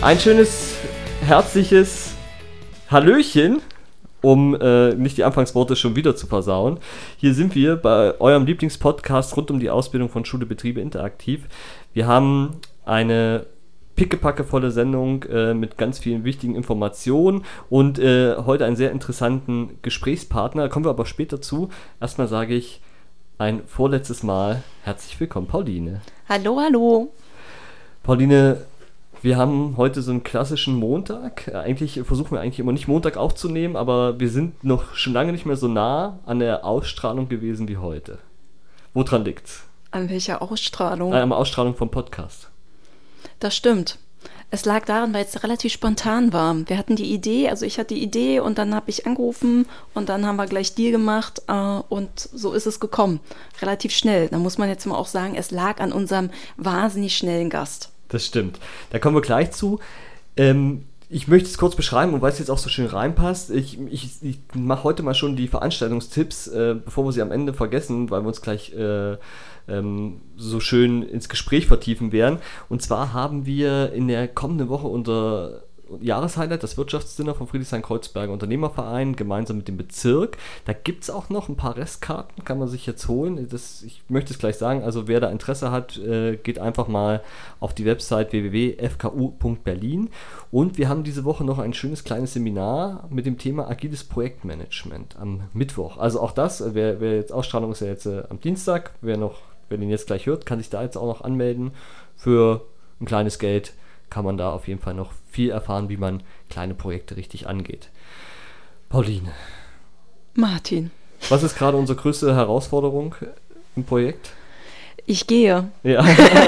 Ein schönes, herzliches Hallöchen, um nicht die Anfangsworte schon wieder zu versauen. Hier sind wir bei eurem Lieblingspodcast rund um die Ausbildung von Schule, Betriebe interaktiv. Wir haben eine pickepackevolle Sendung mit ganz vielen wichtigen Informationen und heute einen sehr interessanten Gesprächspartner. Da kommen wir aber später zu. Erstmal sage ich ein vorletztes Mal herzlich willkommen, Pauline. Hallo, hallo. Pauline, wir haben heute so einen klassischen Montag. Eigentlich versuchen wir eigentlich immer nicht Montag aufzunehmen, aber wir sind noch schon lange nicht mehr so nah an der Ausstrahlung gewesen wie heute. Woran liegt's? An welcher Ausstrahlung? An der Ausstrahlung vom Podcast. Das stimmt. Es lag daran, weil es relativ spontan war. Wir hatten die Idee, also ich hatte die Idee und dann habe ich angerufen und dann haben wir gleich Deal gemacht und so ist es gekommen. Relativ schnell. Da muss man jetzt mal auch sagen, es lag an unserem wahnsinnig schnellen Gast. Das stimmt. Da kommen wir gleich zu. Ich möchte es kurz beschreiben und weil es jetzt auch so schön reinpasst. Ich mache heute mal schon die Veranstaltungstipps, bevor wir sie am Ende vergessen, weil wir uns gleich so schön ins Gespräch vertiefen werden. Und zwar haben wir in der kommenden Woche unser Jahreshighlight, das Wirtschaftsdinner vom Friedrichshain-Kreuzberger Unternehmerverein, gemeinsam mit dem Bezirk. Da gibt es auch noch ein paar Restkarten, kann man sich jetzt holen. Ich möchte es gleich sagen, also wer da Interesse hat, geht einfach mal auf die Website www.fku.berlin. Und wir haben diese Woche noch ein schönes kleines Seminar mit dem Thema agiles Projektmanagement am Mittwoch. Also auch das, wer jetzt Ausstrahlung ist ja jetzt am Dienstag, wer den jetzt gleich hört, kann sich da jetzt auch noch anmelden. Für ein kleines Geld kann man da auf jeden Fall noch viel erfahren, wie man kleine Projekte richtig angeht. Pauline. Martin. Was ist gerade unsere größte Herausforderung im Projekt? Ich gehe. Ja.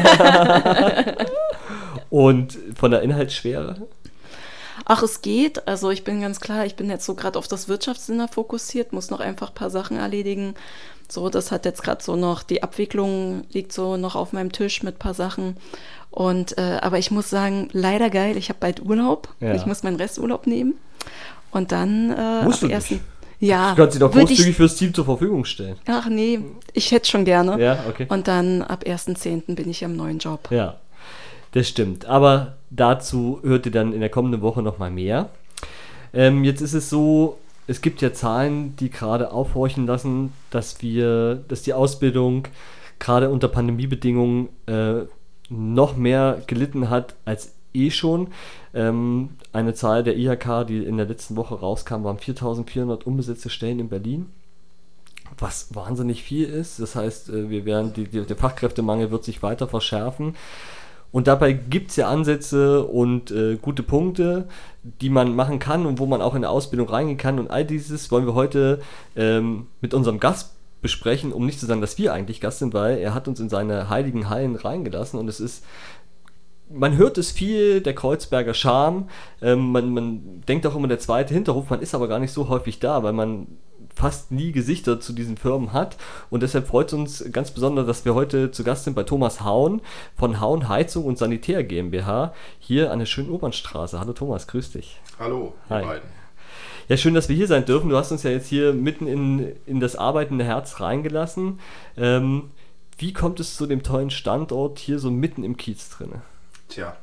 Und von der Inhaltsschwere? Ach, es geht. Also ich bin ganz klar, ich bin jetzt so gerade auf das Wirtschaftssinner fokussiert, muss noch einfach ein paar Sachen erledigen. So, das hat jetzt gerade so noch, die Abwicklung liegt so noch auf meinem Tisch mit ein paar Sachen. Und aber ich muss sagen, leider geil, ich habe bald Urlaub. Ja. Ich muss meinen Resturlaub nehmen. Und dann musst du nicht. Ja, du kannst sie doch großzügig fürs Team zur Verfügung stellen. Ach nee, ich hätte schon gerne. Ja, okay. Und dann ab 1.10. bin ich am neuen Job. Ja, das stimmt. Aber dazu hört ihr dann in der kommenden Woche nochmal mehr. Jetzt ist es so, es gibt ja Zahlen, die gerade aufhorchen lassen, dass die Ausbildung gerade unter Pandemiebedingungen noch mehr gelitten hat als schon. Eine Zahl der IHK, die in der letzten Woche rauskam, waren 4.400 unbesetzte Stellen in Berlin, was wahnsinnig viel ist. Das heißt, der Fachkräftemangel wird sich weiter verschärfen. Und dabei gibt es ja Ansätze und gute Punkte, die man machen kann und wo man auch in der Ausbildung reingehen kann. Und all dieses wollen wir heute mit unserem Gast besprechen, um nicht zu sagen, dass wir eigentlich Gast sind, weil er hat uns in seine heiligen Hallen reingelassen und man hört es viel, der Kreuzberger Charme, man denkt auch immer der zweite Hinterhof, man ist aber gar nicht so häufig da, weil man fast nie Gesichter zu diesen Firmen hat und deshalb freut es uns ganz besonders, dass wir heute zu Gast sind bei Thomas Haun von Haun Heizung und Sanitär GmbH hier an der schönen Obernstraße. Hallo Thomas, grüß dich. Hallo, ihr beiden. Ja, schön, dass wir hier sein dürfen. Du hast uns ja jetzt hier mitten in das arbeitende Herz reingelassen. Wie kommt es zu dem tollen Standort hier so mitten im Kiez drin? Tja,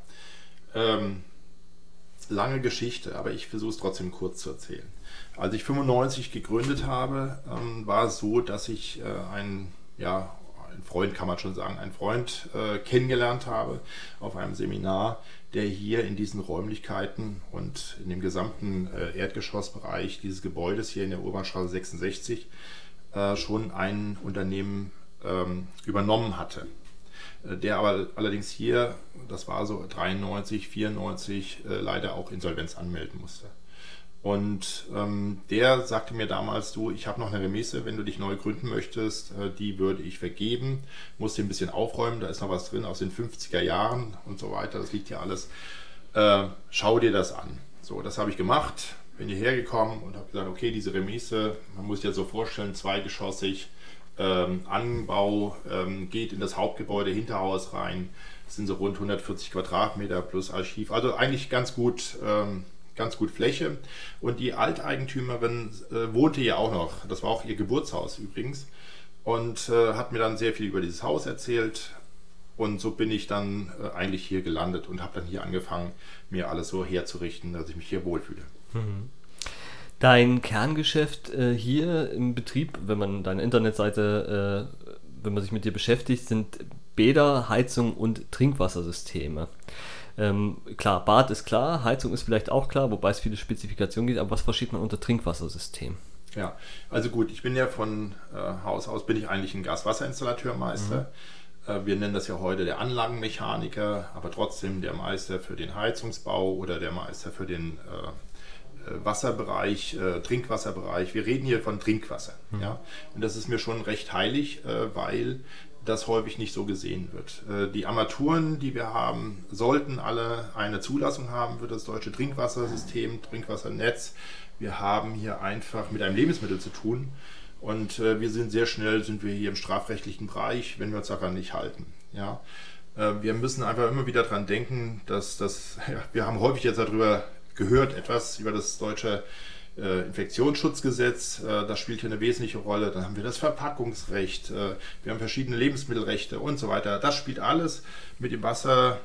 lange Geschichte, aber ich versuche es trotzdem kurz zu erzählen. Als ich 95 gegründet habe, war es so, dass ich einen Freund, kann man schon sagen, kennengelernt habe auf einem Seminar, der hier in diesen Räumlichkeiten und in dem gesamten Erdgeschossbereich dieses Gebäudes hier in der Obernstraße 66 schon ein Unternehmen übernommen hatte. Der aber allerdings hier, das war so 93, 94, leider auch Insolvenz anmelden musste. Und der sagte mir damals, du, ich habe noch eine Remise, wenn du dich neu gründen möchtest, die würde ich vergeben, musst dir ein bisschen aufräumen, da ist noch was drin aus den 50er Jahren und so weiter, das liegt hier alles, schau dir das an. So, das habe ich gemacht, bin hierher gekommen und habe gesagt, okay, diese Remise, man muss sich das so vorstellen, zweigeschossig, Anbau, geht in das Hauptgebäude, Hinterhaus rein, das sind so rund 140 Quadratmeter plus Archiv, also eigentlich ganz gut Fläche. Und die Alteigentümerin wohnte ja auch noch, das war auch ihr Geburtshaus übrigens, und hat mir dann sehr viel über dieses Haus erzählt. Und so bin ich dann eigentlich hier gelandet und habe dann hier angefangen, mir alles so herzurichten, dass ich mich hier wohlfühle. Dein Kerngeschäft hier im Betrieb, wenn man deine Internetseite, wenn man sich mit dir beschäftigt, sind Bäder, Heizung und Trinkwassersysteme. Klar, Bad ist klar, Heizung ist vielleicht auch klar, wobei es viele Spezifikationen gibt, aber was versteht man unter Trinkwassersystem? Ja, also gut, ich bin ja von Haus aus, bin ich eigentlich ein Gaswasserinstallateurmeister. Wir nennen das ja heute der Anlagenmechaniker, aber trotzdem der Meister für den Heizungsbau oder der Meister für den Wasserbereich, Trinkwasserbereich. Wir reden hier von Trinkwasser. Ja? Und das ist mir schon recht heilig, weil das häufig nicht so gesehen wird. Die Armaturen, die wir haben, sollten alle eine Zulassung haben für das deutsche Trinkwassersystem, Trinkwassernetz. Wir haben hier einfach mit einem Lebensmittel zu tun und wir sind sehr schnell, sind wir hier im strafrechtlichen Bereich, wenn wir uns daran nicht halten. Ja? Wir müssen einfach immer wieder daran denken, dass wir haben häufig jetzt darüber gehört, etwas über das deutsche Infektionsschutzgesetz, das spielt hier eine wesentliche Rolle. Dann haben wir das Verpackungsrecht, wir haben verschiedene Lebensmittelrechte und so weiter. Das spielt alles mit dem Wasser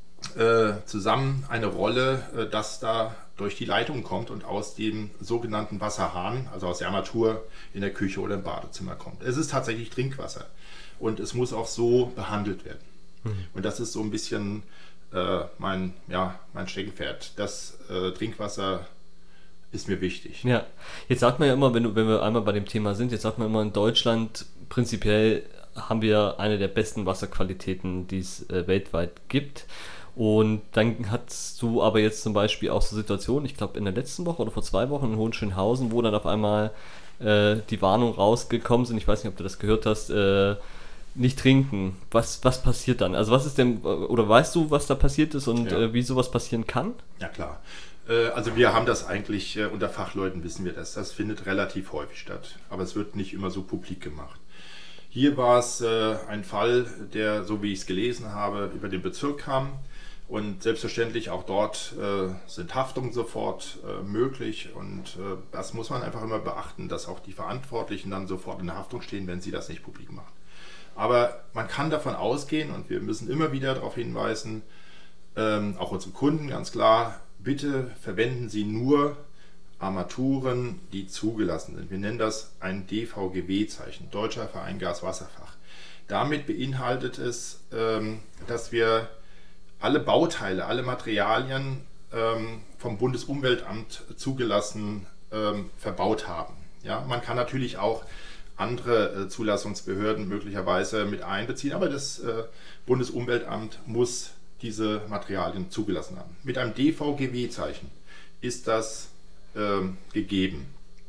zusammen eine Rolle, das da durch die Leitung kommt und aus dem sogenannten Wasserhahn, also aus der Armatur in der Küche oder im Badezimmer kommt. Es ist tatsächlich Trinkwasser und es muss auch so behandelt werden. Und das ist so ein bisschen mein Steckenpferd. Das Trinkwasser ist mir wichtig. Ja, jetzt sagt man ja immer, wenn wir einmal bei dem Thema sind, jetzt sagt man immer, in Deutschland prinzipiell haben wir eine der besten Wasserqualitäten, die es weltweit gibt. Und dann hast du aber jetzt zum Beispiel auch so Situationen, ich glaube in der letzten Woche oder vor 2 Wochen in Hohenschönhausen, wo dann auf einmal die Warnung rausgekommen sind, ich weiß nicht, ob du das gehört hast, nicht trinken. Was passiert dann? Also was ist denn, oder weißt du, was da passiert ist und wie sowas passieren kann? Ja klar. Also wir haben das eigentlich, unter Fachleuten wissen wir das. Das findet relativ häufig statt, aber es wird nicht immer so publik gemacht. Hier war es ein Fall, der, so wie ich es gelesen habe, über den Bezirk kam. Und selbstverständlich auch dort sind Haftungen sofort möglich. Und das muss man einfach immer beachten, dass auch die Verantwortlichen dann sofort in der Haftung stehen, wenn sie das nicht publik machen. Aber man kann davon ausgehen, und wir müssen immer wieder darauf hinweisen, auch unsere Kunden ganz klar, bitte verwenden Sie nur Armaturen, die zugelassen sind. Wir nennen das ein DVGW-Zeichen, Deutscher Verein Gas-Wasserfach. Damit beinhaltet es, dass wir alle Bauteile, alle Materialien vom Bundesumweltamt zugelassen verbaut haben. Ja, man kann natürlich auch andere Zulassungsbehörden möglicherweise mit einbeziehen, aber das Bundesumweltamt muss diese Materialien zugelassen haben. Mit einem DVGW-Zeichen ist das gegeben.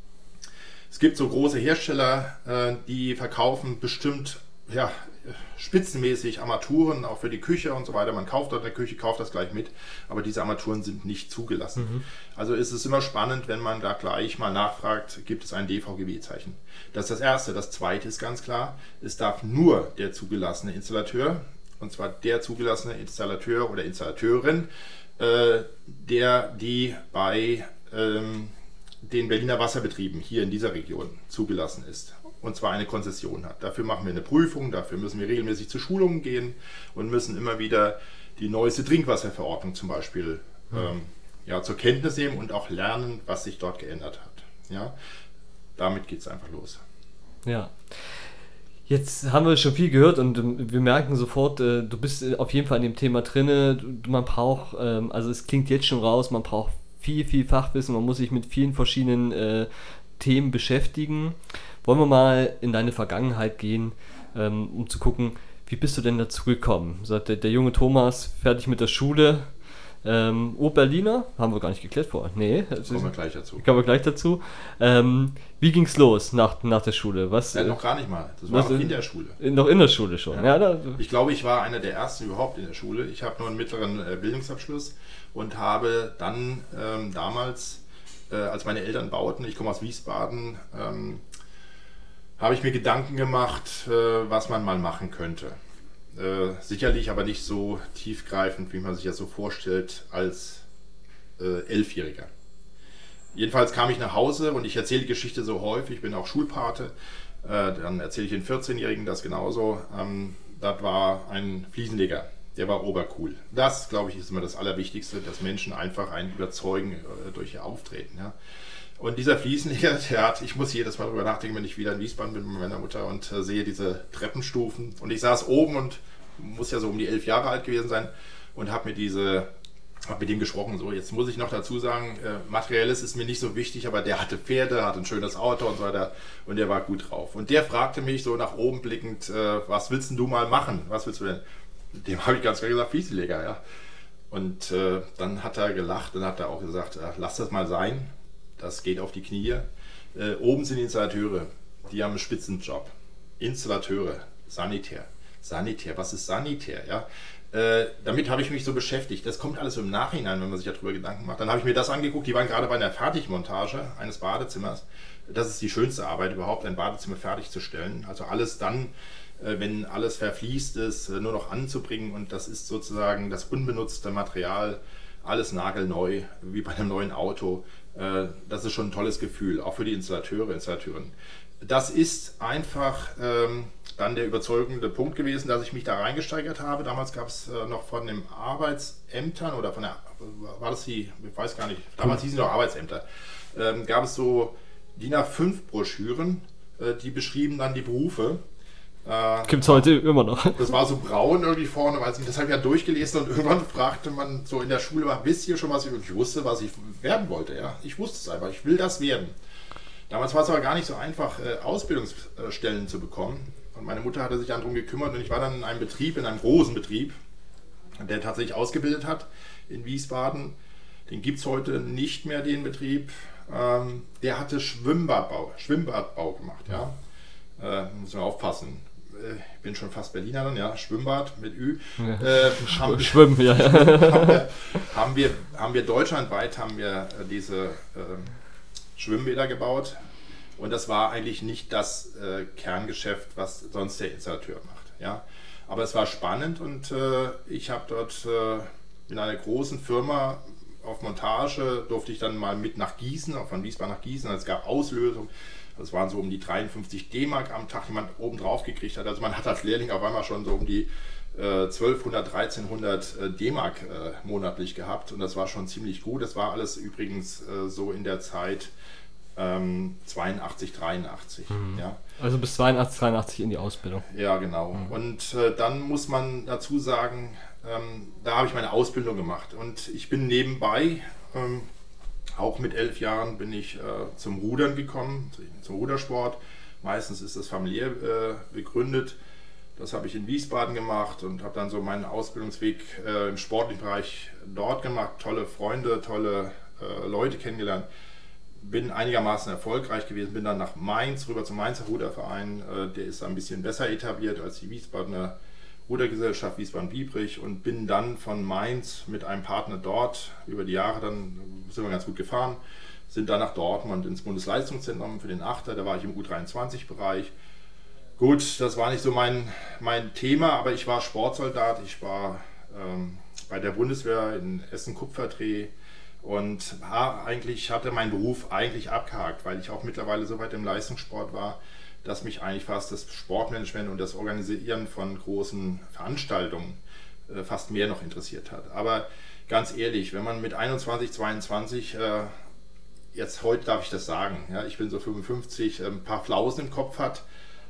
Es gibt so große Hersteller, die verkaufen bestimmt spitzenmäßig Armaturen, auch für die Küche und so weiter. Man kauft dort in der Küche, kauft das gleich mit, aber diese Armaturen sind nicht zugelassen. Also ist es immer spannend, wenn man da gleich mal nachfragt, gibt es ein DVGW-Zeichen. Das ist das Erste. Das Zweite ist ganz klar, es darf nur der zugelassene Installateur, und zwar der zugelassene Installateur oder Installateurin, die bei den Berliner Wasserbetrieben hier in dieser Region zugelassen ist. Und zwar eine Konzession hat. Dafür machen wir eine Prüfung, dafür müssen wir regelmäßig zu Schulungen gehen und müssen immer wieder die neueste Trinkwasserverordnung zum Beispiel zur Kenntnis nehmen und auch lernen, was sich dort geändert hat. Ja? Damit geht es einfach los. Ja. Jetzt haben wir schon viel gehört und wir merken sofort, du bist auf jeden Fall in dem Thema drinne. Man braucht, also es klingt jetzt schon raus, man braucht viel Fachwissen, man muss sich mit vielen verschiedenen Themen beschäftigen. Wollen wir mal in deine Vergangenheit gehen, um zu gucken, wie bist du denn dazu gekommen? Sagt der junge Thomas, fertig mit der Schule, Berliner, haben wir gar nicht geklärt vorher. Nee, kommen wir gleich dazu. Wie ging's los nach der Schule? Noch gar nicht mal. Das war noch in der Schule. Noch in der Schule schon. Ja. Ich glaube, ich war einer der ersten überhaupt in der Schule. Ich habe nur einen mittleren Bildungsabschluss und habe dann damals, als meine Eltern bauten, ich komme aus Wiesbaden, habe ich mir Gedanken gemacht, was man mal machen könnte. Sicherlich aber nicht so tiefgreifend, wie man sich das so vorstellt, als 11-Jähriger. Jedenfalls kam ich nach Hause und ich erzähle die Geschichte so häufig, ich bin auch Schulpate, dann erzähle ich den 14-Jährigen das genauso. das war ein Fliesenleger. Der war obercool. Das, glaube ich, ist immer das Allerwichtigste, dass Menschen einfach einen überzeugen durch ihr Auftreten. Ja. Und dieser Fliesenleger, ich muss jedes Mal darüber nachdenken, wenn ich wieder in Wiesbaden bin mit meiner Mutter und sehe diese Treppenstufen. Und ich saß oben und muss ja so um die 11 Jahre alt gewesen sein und habe mit dem gesprochen. So, jetzt muss ich noch dazu sagen, Materielles ist mir nicht so wichtig, aber der hatte Pferde, hatte ein schönes Auto und so weiter und der war gut drauf. Und der fragte mich so nach oben blickend, was willst denn du mal machen? Was willst du denn? Dem habe ich ganz klar gesagt, Fliesenleger, ja. Und dann hat er gelacht und hat er auch gesagt, lass das mal sein, das geht auf die Knie. Oben sind Installateure, die haben einen Spitzenjob. Installateure, Sanitär. Sanitär, was ist Sanitär? Ja? Damit habe ich mich so beschäftigt. Das kommt alles so im Nachhinein, wenn man sich darüber Gedanken macht. Dann habe ich mir das angeguckt, die waren gerade bei einer Fertigmontage eines Badezimmers. Das ist die schönste Arbeit überhaupt, ein Badezimmer fertigzustellen. Also alles dann, wenn alles verfließt ist, nur noch anzubringen und das ist sozusagen das unbenutzte Material, alles nagelneu, wie bei einem neuen Auto. Das ist schon ein tolles Gefühl, auch für die Installateure, Installateurinnen. Das ist einfach dann der überzeugende Punkt gewesen, dass ich mich da reingesteigert habe. Damals gab es noch von den Arbeitsämtern oder von der, war das die, ich weiß gar nicht, damals hießen noch Arbeitsämter, gab es so DIN A5 Broschüren, die beschrieben dann die Berufe. Gibt es heute immer noch. Das war so braun irgendwie vorne, weiß ich, das habe ich ja durchgelesen und irgendwann fragte man so in der Schule, wisst ihr schon was? Ich wusste, was ich werden wollte. Ja? Ich wusste es einfach, ich will das werden. Damals war es aber gar nicht so einfach, Ausbildungsstellen zu bekommen. Und meine Mutter hatte sich dann darum gekümmert und ich war dann in einem Betrieb, in einem großen Betrieb, der tatsächlich ausgebildet hat in Wiesbaden. Den gibt es heute nicht mehr, den Betrieb. Der hatte Schwimmbadbau gemacht. Ja? Müssen wir aufpassen. Ich bin schon fast Berliner dann, ja, Schwimmbad mit Ü. Ja. Schwimmen, ja. Haben wir deutschlandweit diese Schwimmbäder gebaut und das war eigentlich nicht das Kerngeschäft, was sonst der Installateur macht. Ja. Aber es war spannend und ich habe dort in einer großen Firma auf Montage, durfte ich dann mal mit nach Gießen, auch von Wiesbaden nach Gießen, es gab Auslösung. Das waren so um die 53 D-Mark am Tag, die man oben drauf gekriegt hat. Also man hat als Lehrling auf einmal schon so um die 1200, 1300 D-Mark monatlich gehabt und das war schon ziemlich gut. Das war alles übrigens so in der Zeit 82, 83. Ja. Also bis 82, 83 in die Ausbildung. Ja, genau. Und dann muss man dazu sagen, da habe ich meine Ausbildung gemacht und ich bin nebenbei... auch mit 11 Jahren bin ich zum Rudern gekommen, zum Rudersport. Meistens ist das familiär begründet. Das habe ich in Wiesbaden gemacht und habe dann so meinen Ausbildungsweg im sportlichen Bereich dort gemacht. Tolle Freunde, tolle Leute kennengelernt. Bin einigermaßen erfolgreich gewesen, bin dann nach Mainz, rüber zum Mainzer Ruderverein. Der ist ein bisschen besser etabliert als die Wiesbadener Rudergesellschaft Wiesbaden-Biebrich und bin dann von Mainz mit einem Partner dort über die Jahre, dann sind wir ganz gut gefahren, sind dann nach Dortmund ins Bundesleistungszentrum für den Achter, da war ich im U23-Bereich. Gut, das war nicht so mein Thema, aber ich war Sportsoldat, ich war bei der Bundeswehr in Essen-Kupferdreh und hatte meinen Beruf eigentlich abgehakt, weil ich auch mittlerweile so weit im Leistungssport war, dass mich eigentlich fast das Sportmanagement und das Organisieren von großen Veranstaltungen fast mehr noch interessiert hat. Aber ganz ehrlich, wenn man mit 21, 22, jetzt heute darf ich das sagen, ja, ich bin so 55, ein paar Flausen im Kopf hat,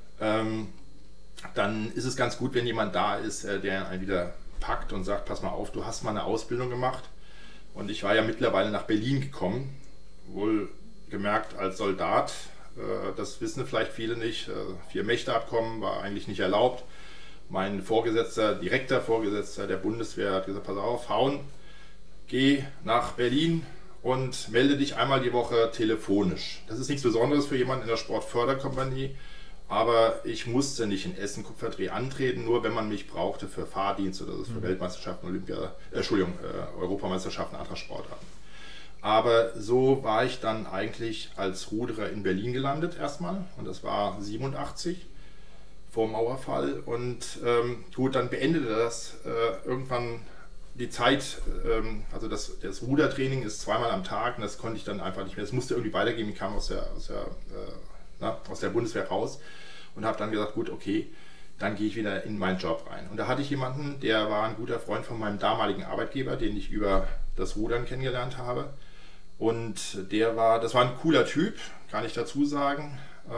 dann ist es ganz gut, wenn jemand da ist, der einen wieder packt und sagt, pass mal auf, du hast mal eine Ausbildung gemacht. Und ich war ja mittlerweile nach Berlin gekommen, wohl gemerkt als Soldat. Das wissen vielleicht viele nicht. 4-Mächte-Abkommen war eigentlich nicht erlaubt. Mein direkter Vorgesetzter der Bundeswehr hat gesagt, pass auf, Hauen, geh nach Berlin und melde dich einmal die Woche telefonisch. Das ist nichts Besonderes für jemanden in der Sportförderkompanie, aber ich musste nicht in Essen-Kupferdreh antreten, nur wenn man mich brauchte für Fahrdienst oder für Weltmeisterschaften, Europameisterschaften, anderer Sportarten. Aber so war ich dann eigentlich als Ruderer in Berlin gelandet erstmal und das war 87 vor dem Mauerfall und gut, dann beendete das irgendwann die Zeit, also das Rudertraining ist zweimal am Tag und das konnte ich dann einfach nicht mehr, das musste irgendwie weitergehen, ich kam aus der Bundeswehr raus und habe dann gesagt, gut, okay, dann gehe ich wieder in meinen Job rein. Und da hatte ich jemanden, der war ein guter Freund von meinem damaligen Arbeitgeber, den ich über das Rudern kennengelernt habe. Und das war ein cooler Typ, kann ich dazu sagen.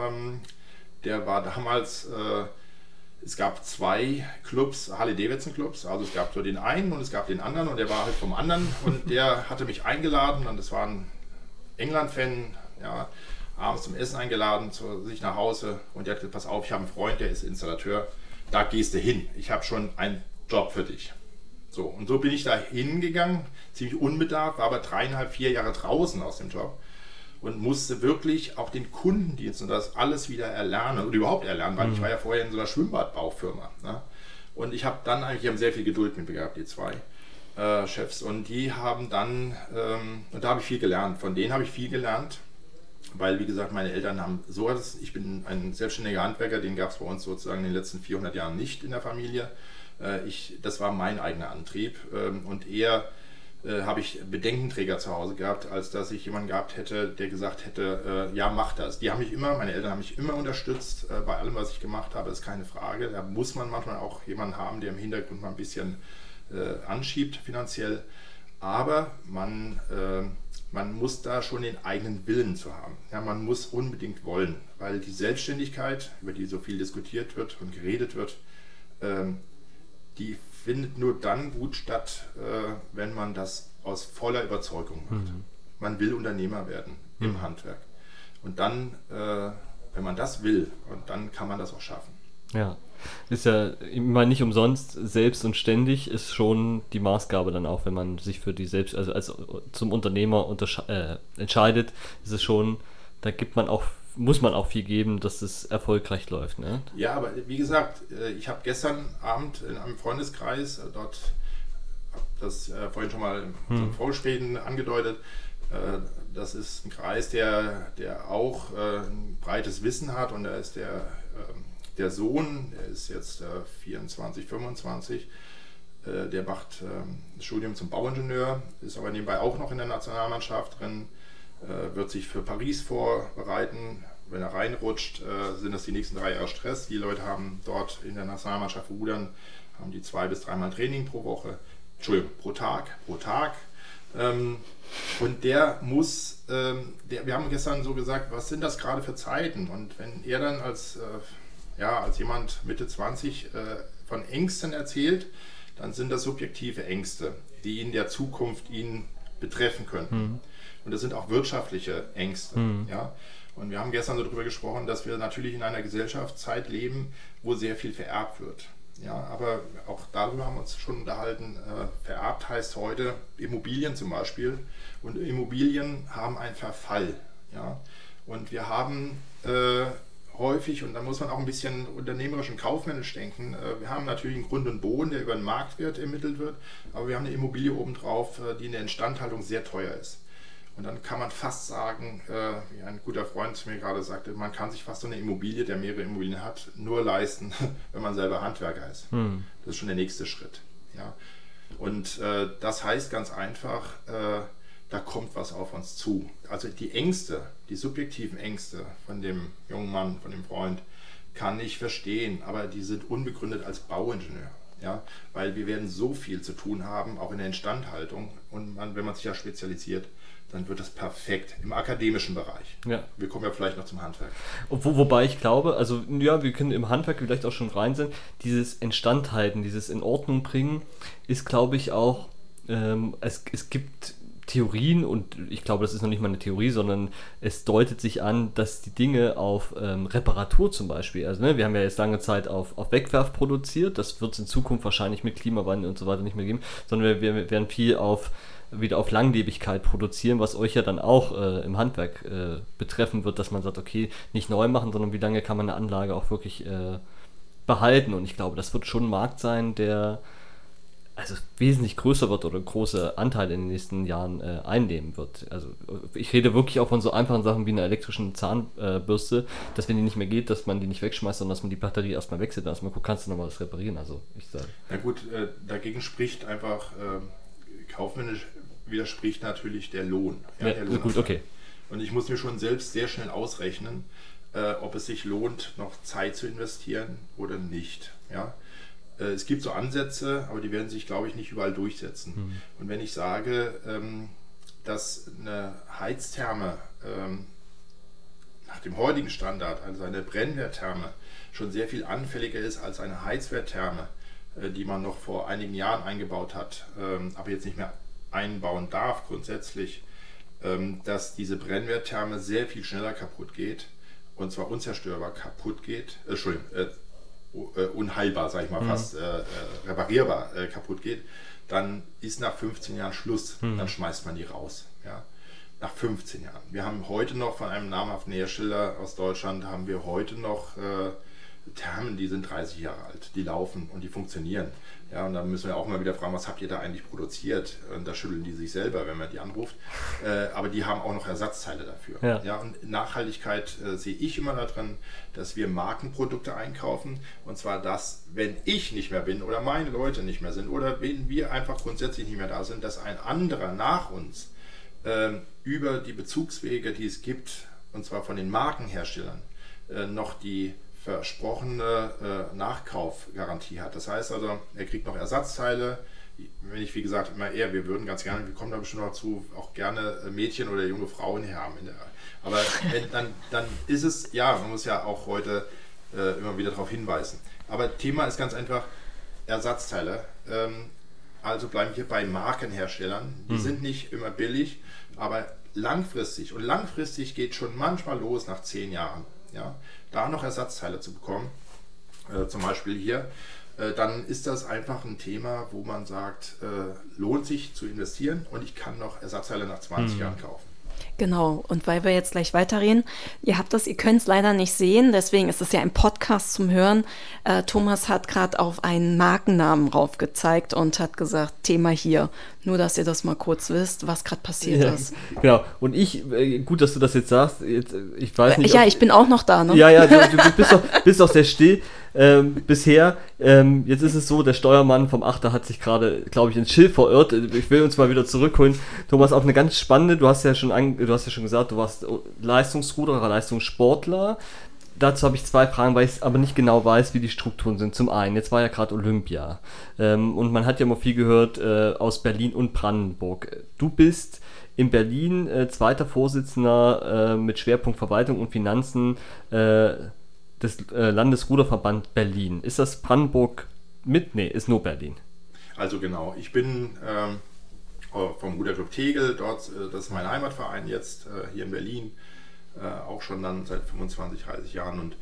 Der war damals, es gab 2 Clubs, Harley-Davidson-Clubs, also es gab so den einen und es gab den anderen und der war halt vom anderen und der hatte mich eingeladen und das war ein England-Fan, ja, abends zum Essen eingeladen, zu sich nach Hause und der hat gesagt, pass auf, ich habe einen Freund, der ist Installateur, da gehst du hin, ich habe schon einen Job für dich. So, und so bin ich da hingegangen, ziemlich unbedarft, war aber 3,5, 4 Jahre draußen aus dem Job und musste wirklich auch den Kundendienst und das alles wieder erlernen oder überhaupt erlernen, weil ich war ja vorher in so einer Schwimmbadbaufirma. Ne? Und ich habe dann eigentlich, die haben sehr viel Geduld mit mir gehabt, die 2 Chefs, und die haben dann, und da habe ich viel gelernt, von denen habe ich viel gelernt, weil, wie gesagt, meine Eltern haben sowas, ich bin ein selbstständiger Handwerker, den gab es bei uns sozusagen in den letzten 400 Jahren nicht in der Familie. Das war mein eigener Antrieb und eher habe ich Bedenkenträger zu Hause gehabt, als dass ich jemanden gehabt hätte, der gesagt hätte, ja, mach das. Meine Eltern haben mich immer unterstützt bei allem, was ich gemacht habe, ist keine Frage. Da muss man manchmal auch jemanden haben, der im Hintergrund mal ein bisschen anschiebt finanziell, aber man muss da schon den eigenen Willen zu haben. Ja, man muss unbedingt wollen, weil die Selbstständigkeit, über die so viel diskutiert wird und geredet wird, die findet nur dann gut statt, wenn man das aus voller Überzeugung macht. Man will Unternehmer werden im Handwerk. Und dann, wenn man das will, und dann kann man das auch schaffen. Ja, ist ja immer nicht umsonst, selbst und ständig ist schon die Maßgabe dann auch, wenn man sich für die Selbst, also als zum Unternehmer entscheidet, ist es schon, da muss man auch viel geben, dass es erfolgreich läuft. Ne? Ja, aber wie gesagt, ich habe gestern Abend in einem Freundeskreis, dort habe das vorhin schon mal zum Vorgesprächen angedeutet, das ist ein Kreis, der auch ein breites Wissen hat und da ist der Sohn, der ist jetzt 24, 25, der macht das Studium zum Bauingenieur, ist aber nebenbei auch noch in der Nationalmannschaft drin, wird sich für Paris vorbereiten. Wenn er reinrutscht, sind das die nächsten 3 Jahre Stress. Die Leute haben dort in der Nationalmannschaft Rudern, haben die 2 bis 3 Mal Training pro Tag. Und der muss, wir haben gestern so gesagt, was sind das gerade für Zeiten? Und wenn er dann als jemand Mitte 20 von Ängsten erzählt, dann sind das subjektive Ängste, die in der Zukunft ihn betreffen könnten. Und das sind auch wirtschaftliche Ängste. Ja? Und wir haben gestern so darüber gesprochen, dass wir natürlich in einer Gesellschaftszeit leben, wo sehr viel vererbt wird. Ja, aber auch darüber haben wir uns schon unterhalten. Vererbt heißt heute Immobilien zum Beispiel. Und Immobilien haben einen Verfall. Ja? Und wir haben häufig, und da muss man auch ein bisschen unternehmerisch und kaufmännisch denken, wir haben natürlich einen Grund und Boden, der über den Marktwert ermittelt wird, aber wir haben eine Immobilie obendrauf, die in der Instandhaltung sehr teuer ist. Und dann kann man fast sagen, wie ein guter Freund zu mir gerade sagte, man kann sich fast so eine Immobilie, der mehrere Immobilien hat, nur leisten, wenn man selber Handwerker ist. Das ist schon der nächste Schritt. Ja? Und das heißt ganz einfach, da kommt was auf uns zu. Also die Ängste, die subjektiven Ängste von dem jungen Mann, von dem Freund, kann ich verstehen, aber die sind unbegründet als Bauingenieur. Ja? Weil wir werden so viel zu tun haben, auch in der Instandhaltung. Und wenn man sich ja spezialisiert, dann wird das perfekt im akademischen Bereich. Ja. Wir kommen ja vielleicht noch zum Handwerk. Wobei ich glaube, also ja, wir können im Handwerk vielleicht auch schon rein sein, dieses Instandhalten, dieses in Ordnung bringen, ist glaube ich auch, es gibt Theorien und ich glaube, das ist noch nicht mal eine Theorie, sondern es deutet sich an, dass die Dinge auf Reparatur zum Beispiel, also wir haben ja jetzt lange Zeit auf Wegwerf produziert, das wird es in Zukunft wahrscheinlich mit Klimawandel und so weiter nicht mehr geben, sondern wir werden viel wieder auf Langlebigkeit produzieren, was euch ja dann auch im Handwerk betreffen wird, dass man sagt, okay, nicht neu machen, sondern wie lange kann man eine Anlage auch wirklich behalten. Und ich glaube, das wird schon ein Markt sein, der also wesentlich größer wird oder große Anteile in den nächsten Jahren einnehmen wird. Also ich rede wirklich auch von so einfachen Sachen wie einer elektrischen Zahnbürste, dass wenn die nicht mehr geht, dass man die nicht wegschmeißt, sondern dass man die Batterie erstmal wechselt, dass man guckt, kannst du nochmal das reparieren. Also ich sage. Na gut, dagegen spricht einfach kaufmännisch widerspricht natürlich der Lohn. Ja, der Lohn gut, okay. Und ich muss mir schon selbst sehr schnell ausrechnen, ob es sich lohnt, noch Zeit zu investieren oder nicht. Ja? Es gibt so Ansätze, aber die werden sich, glaube ich, nicht überall durchsetzen. Und wenn ich sage, dass eine Heiztherme nach dem heutigen Standard, also eine Brennwerttherme, schon sehr viel anfälliger ist als eine Heizwerttherme, die man noch vor einigen Jahren eingebaut hat, aber jetzt nicht mehr einbauen darf grundsätzlich, dass diese Brennwerttherme sehr viel schneller kaputt geht, und zwar unzerstörbar kaputt geht, unheilbar, sage ich mal, fast reparierbar kaputt geht, dann ist nach 15 Jahren Schluss, dann schmeißt man die raus. Ja? Nach 15 Jahren. Wir haben heute noch von einem namhaften Hersteller aus Deutschland, haben wir heute noch Thermen, die sind 30 Jahre alt, die laufen und die funktionieren. Ja, und da müssen wir auch mal wieder fragen, was habt ihr da eigentlich produziert? Und da schütteln die sich selber, wenn man die anruft. Aber die haben auch noch Ersatzteile dafür. Ja. Ja, und Nachhaltigkeit sehe ich immer darin, dass wir Markenprodukte einkaufen. Und zwar das, wenn ich nicht mehr bin oder meine Leute nicht mehr sind oder wenn wir einfach grundsätzlich nicht mehr da sind, dass ein anderer nach uns über die Bezugswege, die es gibt, und zwar von den Markenherstellern, noch die versprochene Nachkaufgarantie hat. Das heißt also, er kriegt noch Ersatzteile. Wenn ich, wie gesagt, immer wir würden ganz gerne, wir kommen da bestimmt noch dazu, auch gerne Mädchen oder junge Frauen her haben. Aber dann ist es, ja, man muss ja auch heute immer wieder darauf hinweisen. Aber Thema ist ganz einfach Ersatzteile. Also bleiben wir bei Markenherstellern. Die sind nicht immer billig, aber langfristig. Und langfristig geht schon manchmal los nach 10 Jahren. Ja, da noch Ersatzteile zu bekommen, zum Beispiel hier, dann ist das einfach ein Thema, wo man sagt, lohnt sich zu investieren und ich kann noch Ersatzteile nach 20 Jahren kaufen. Genau, und weil wir jetzt gleich weiterreden, ihr könnt es leider nicht sehen, deswegen ist es ja ein Podcast zum Hören. Thomas hat gerade auf einen Markennamen rauf gezeigt und hat gesagt, Thema hier. Nur, dass ihr das mal kurz wisst, was gerade passiert ist. Genau, und gut, dass du das jetzt sagst, ich weiß nicht. Ja, ich bin auch noch da, ne? Ja, du bist doch sehr still bisher. Jetzt ist es so, der Steuermann vom Achter hat sich gerade, glaube ich, ins Schild verirrt. Ich will uns mal wieder zurückholen. Thomas, auf eine ganz spannende, du hast ja schon gesagt, du warst Leistungsruderer, Leistungssportler. Dazu habe ich 2 Fragen, weil ich aber nicht genau weiß, wie die Strukturen sind. Zum einen, jetzt war ja gerade Olympia und man hat ja mal viel gehört aus Berlin und Brandenburg. Du bist in Berlin zweiter Vorsitzender mit Schwerpunkt Verwaltung und Finanzen des Landesruderverband Berlin. Ist das Brandenburg mit? Nee, ist nur Berlin. Also genau, ich bin vom Ruderclub Tegel, das ist mein Heimatverein jetzt hier in Berlin. Auch schon dann seit 25, 30 Jahren und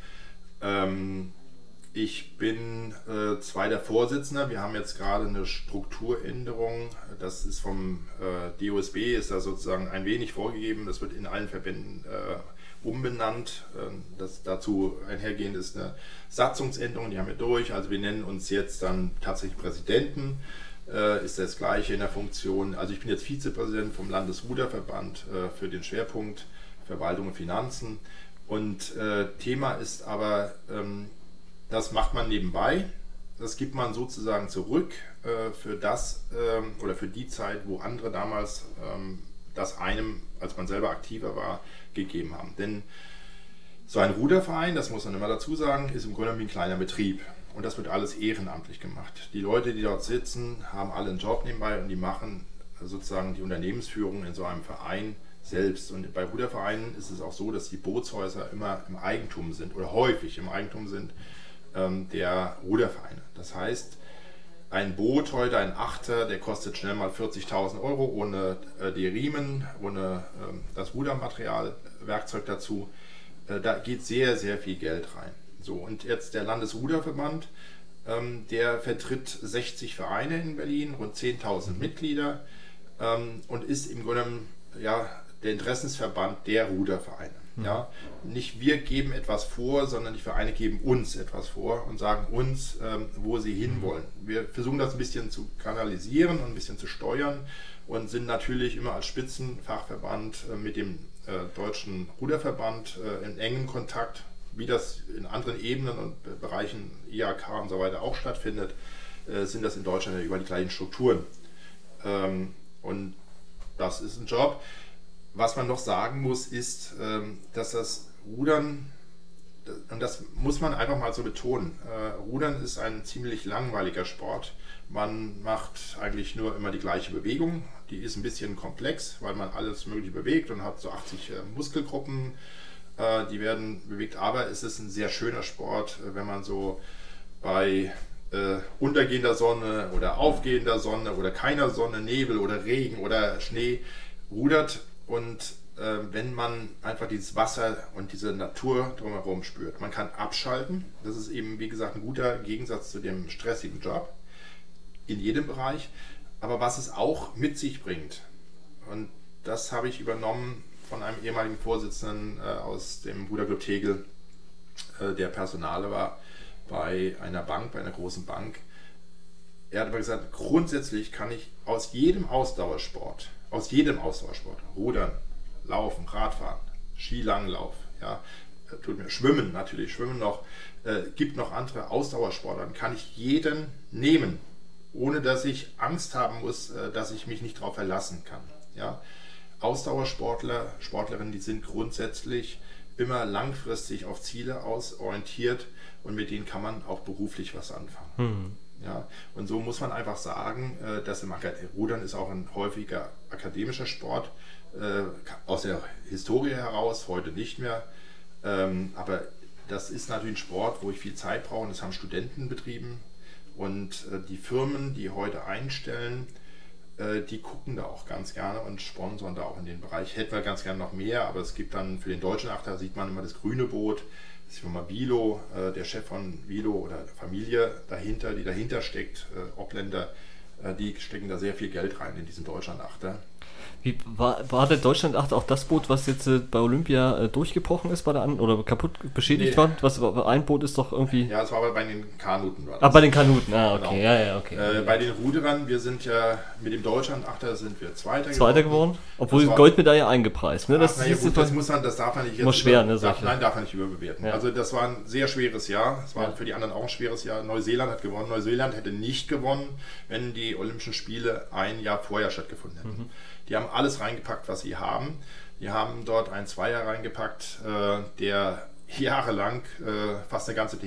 ich bin zweiter Vorsitzender. Wir haben jetzt gerade eine Strukturänderung, das ist vom DOSB, ist da sozusagen ein wenig vorgegeben, das wird in allen Verbänden umbenannt. Das dazu einhergehend ist eine Satzungsänderung, die haben wir durch, also wir nennen uns jetzt dann tatsächlich Präsidenten, ist das gleiche in der Funktion. Also ich bin jetzt Vizepräsident vom Landesruderverband für den Schwerpunkt Verwaltung und Finanzen und Thema ist aber, das macht man nebenbei, das gibt man sozusagen zurück für das oder für die Zeit, wo andere damals das einem, als man selber aktiver war, gegeben haben. Denn so ein Ruderverein, das muss man immer dazu sagen, ist im Grunde wie ein kleiner Betrieb und das wird alles ehrenamtlich gemacht. Die Leute, die dort sitzen, haben alle einen Job nebenbei und die machen sozusagen die Unternehmensführung in so einem Verein selbst. Und bei Rudervereinen ist es auch so, dass die Bootshäuser immer im Eigentum sind oder häufig im Eigentum sind der Rudervereine. Das heißt, ein Boot heute, ein Achter, der kostet schnell mal 40.000 € ohne die Riemen, ohne das Rudermaterial, Werkzeug dazu. Da geht sehr, sehr viel Geld rein. So, und jetzt der Landesruderverband, der vertritt 60 Vereine in Berlin, rund 10.000 Mitglieder und ist im Grunde der Interessensverband der Rudervereine. Ja? Nicht wir geben etwas vor, sondern die Vereine geben uns etwas vor und sagen uns, wo sie hinwollen. Wir versuchen das ein bisschen zu kanalisieren und ein bisschen zu steuern und sind natürlich immer als Spitzenfachverband mit dem Deutschen Ruderverband in engem Kontakt, wie das in anderen Ebenen und Bereichen IHK und so weiter auch stattfindet, sind das in Deutschland ja über die gleichen Strukturen. Und das ist ein Job. Was man noch sagen muss, ist, dass das Rudern das muss man einfach mal so betonen. Rudern ist ein ziemlich langweiliger Sport. Man macht eigentlich nur immer die gleiche Bewegung. Die ist ein bisschen komplex, weil man alles Mögliche bewegt und hat so 80 Muskelgruppen, die werden bewegt. Aber es ist ein sehr schöner Sport, wenn man so bei untergehender Sonne oder aufgehender Sonne oder keiner Sonne, Nebel oder Regen oder Schnee rudert und wenn man einfach dieses Wasser und diese Natur drumherum spürt. Man kann abschalten. Das ist eben, wie gesagt, ein guter Gegensatz zu dem stressigen Job in jedem Bereich. Aber was es auch mit sich bringt, und das habe ich übernommen von einem ehemaligen Vorsitzenden aus dem Ruderclub Tegel, der Personale war bei einer Bank, bei einer großen Bank. Er hat aber gesagt, grundsätzlich kann ich aus jedem Ausdauersport, Rudern, Laufen, Radfahren, Skilanglauf, ja, Schwimmen natürlich, Schwimmen noch, gibt noch andere Ausdauersportarten, kann ich jeden nehmen, ohne dass ich Angst haben muss, dass ich mich nicht darauf verlassen kann. Ja. Ausdauersportler, Sportlerinnen, die sind grundsätzlich immer langfristig auf Ziele orientiert und mit denen kann man auch beruflich was anfangen. Ja, und so muss man einfach sagen, dass Rudern ist auch ein häufiger akademischer Sport, aus der Historie heraus, heute nicht mehr. Aber das ist natürlich ein Sport, wo ich viel Zeit brauche, und das haben Studenten betrieben. Und die Firmen, die heute einstellen, die gucken da auch ganz gerne und sponsern da auch in den Bereich. Hätten wir ganz gerne noch mehr, aber es gibt dann für den deutschen Achter, sieht man immer das grüne Boot, das ist die Firma Vilo, der Chef von Vilo oder Familie dahinter, die dahinter steckt, Obländer, die stecken da sehr viel Geld rein in diesen Deutschlandachter. Wie war der Deutschlandachter auch das Boot, was jetzt bei Olympia durchgebrochen ist oder kaputt beschädigt war? Ein Boot ist doch irgendwie... Ja, es war aber bei den Kanuten. Bei den Kanuten, okay. Genau. Ja, okay. Bei den Ruderern, wir sind ja mit dem Deutschlandachter sind wir Zweiter geworden? Obwohl Goldmedaille eingepreist. Ne? Das darf man nicht jetzt schwer, darf man nicht überbewerten. Ja. Also das war ein sehr schweres Jahr. Es war für die anderen auch ein schweres Jahr. Neuseeland hat gewonnen. Neuseeland hätte nicht gewonnen, wenn die Olympischen Spiele ein Jahr vorher stattgefunden hätten. Die haben alles reingepackt, was sie haben. Die haben dort einen Zweier reingepackt, der jahrelang, fast eine ganze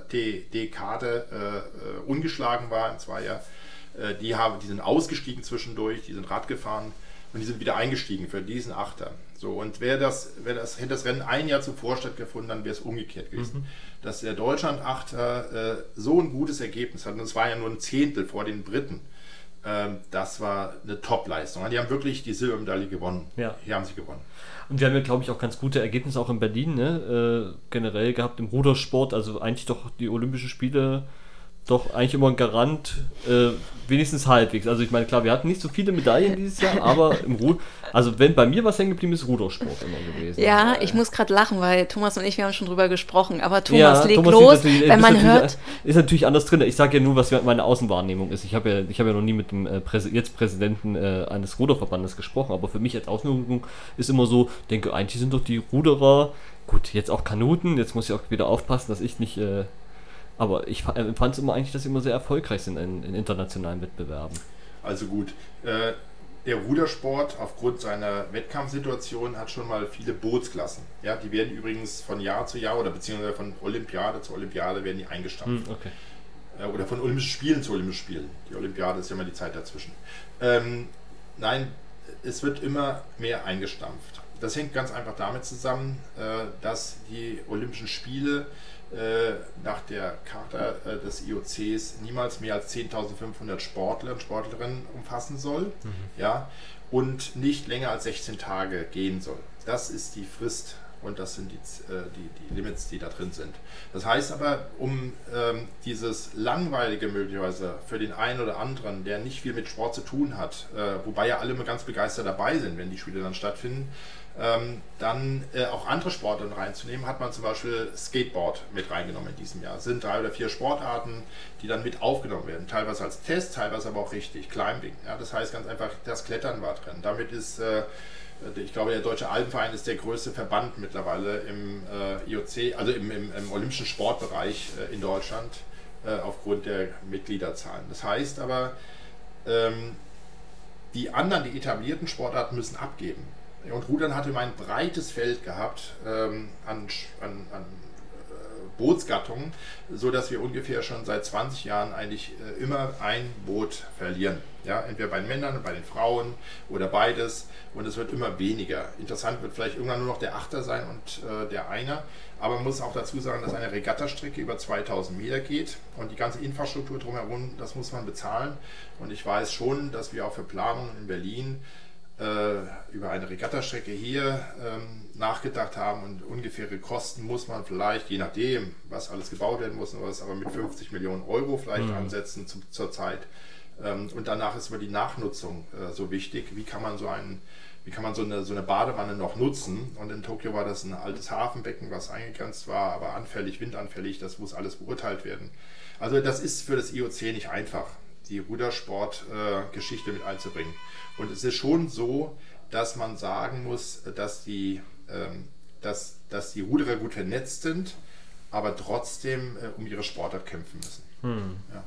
Dekade ungeschlagen war im Zweier. Die sind ausgestiegen zwischendurch, die sind Rad gefahren und die sind wieder eingestiegen für diesen Achter. So, und hätte das Rennen ein Jahr zuvor stattgefunden, dann wäre es umgekehrt gewesen. Dass der Deutschland-Achter so ein gutes Ergebnis hat, und es war ja nur ein Zehntel vor den Briten, das war eine Top-Leistung. Die haben wirklich die Silbermedaille gewonnen. Ja. Hier haben sie gewonnen. Und wir haben ja, glaube ich, auch ganz gute Ergebnisse auch in Berlin, ne? Generell gehabt im Rudersport. Also eigentlich doch die Olympischen Spiele doch eigentlich immer ein Garant, wenigstens halbwegs. Also ich meine, klar, wir hatten nicht so viele Medaillen dieses Jahr, aber im also wenn bei mir was hängen geblieben ist, Rudersport immer gewesen. Ja, ich muss gerade lachen, weil Thomas und ich, wir haben schon drüber gesprochen, aber Thomas, leg los, wenn man hört... Ist natürlich anders drin. Ich sage ja nur, was meine Außenwahrnehmung ist. Ich habe ja noch nie mit dem jetzt Präsidenten eines Ruderverbandes gesprochen, aber für mich als Außenwirkung ist immer so, denke, eigentlich sind doch die Ruderer, gut, jetzt auch Kanuten, jetzt muss ich auch wieder aufpassen, dass ich nicht... aber ich fand es immer eigentlich, dass sie immer sehr erfolgreich sind in internationalen Wettbewerben. Also gut, der Rudersport aufgrund seiner Wettkampfsituation hat schon mal viele Bootsklassen. Ja, die werden übrigens von Jahr zu Jahr oder beziehungsweise von Olympiade zu Olympiade werden die eingestampft. Okay. Oder von Olympischen Spielen zu Olympischen Spielen. Die Olympiade ist ja immer die Zeit dazwischen. Nein, es wird immer mehr eingestampft. Das hängt ganz einfach damit zusammen, dass die Olympischen Spiele nach der Charta des IOCs niemals mehr als 10.500 Sportler und Sportlerinnen umfassen soll, ja, und nicht länger als 16 Tage gehen soll. Das ist die Frist und das sind die Limits, die da drin sind. Das heißt aber, um dieses Langweilige möglicherweise für den einen oder anderen, der nicht viel mit Sport zu tun hat, wobei ja alle immer ganz begeistert dabei sind, wenn die Spiele dann stattfinden, dann auch andere Sportarten reinzunehmen, hat man zum Beispiel Skateboard mit reingenommen in diesem Jahr. Es sind 3 oder 4 Sportarten, die dann mit aufgenommen werden, teilweise als Test, teilweise aber auch richtig, Climbing. Ja, das heißt ganz einfach, das Klettern war drin. Damit ist, ich glaube, der Deutsche Alpenverein ist der größte Verband mittlerweile im IOC, also im olympischen Sportbereich in Deutschland, aufgrund der Mitgliederzahlen. Das heißt aber, die anderen, die etablierten Sportarten müssen abgeben. Und Rudern hatte immer ein breites Feld gehabt an Bootsgattungen, so dass wir ungefähr schon seit 20 Jahren eigentlich immer ein Boot verlieren. Ja, entweder bei den Männern, bei den Frauen oder beides. Und es wird immer weniger. Interessant wird vielleicht irgendwann nur noch der Achter sein und der Einer. Aber man muss auch dazu sagen, dass eine Regattastrecke über 2000 Meter geht und die ganze Infrastruktur drumherum, das muss man bezahlen. Und ich weiß schon, dass wir auch für Planungen in Berlin über eine Regattastrecke hier nachgedacht haben und ungefähre Kosten muss man vielleicht, je nachdem, was alles gebaut werden muss, aber mit 50 Millionen Euro vielleicht ansetzen zur Zeit. Und danach ist immer die Nachnutzung so wichtig. Wie kann man so eine Badewanne noch nutzen? Und in Tokio war das ein altes Hafenbecken, was eingegrenzt war, aber anfällig, windanfällig, das muss alles beurteilt werden. Also das ist für das IOC nicht einfach, die Rudersport-Geschichte mit einzubringen. Und es ist schon so, dass man sagen muss, dass die Ruderer gut vernetzt sind, aber trotzdem um ihre Sportart kämpfen müssen. Ja.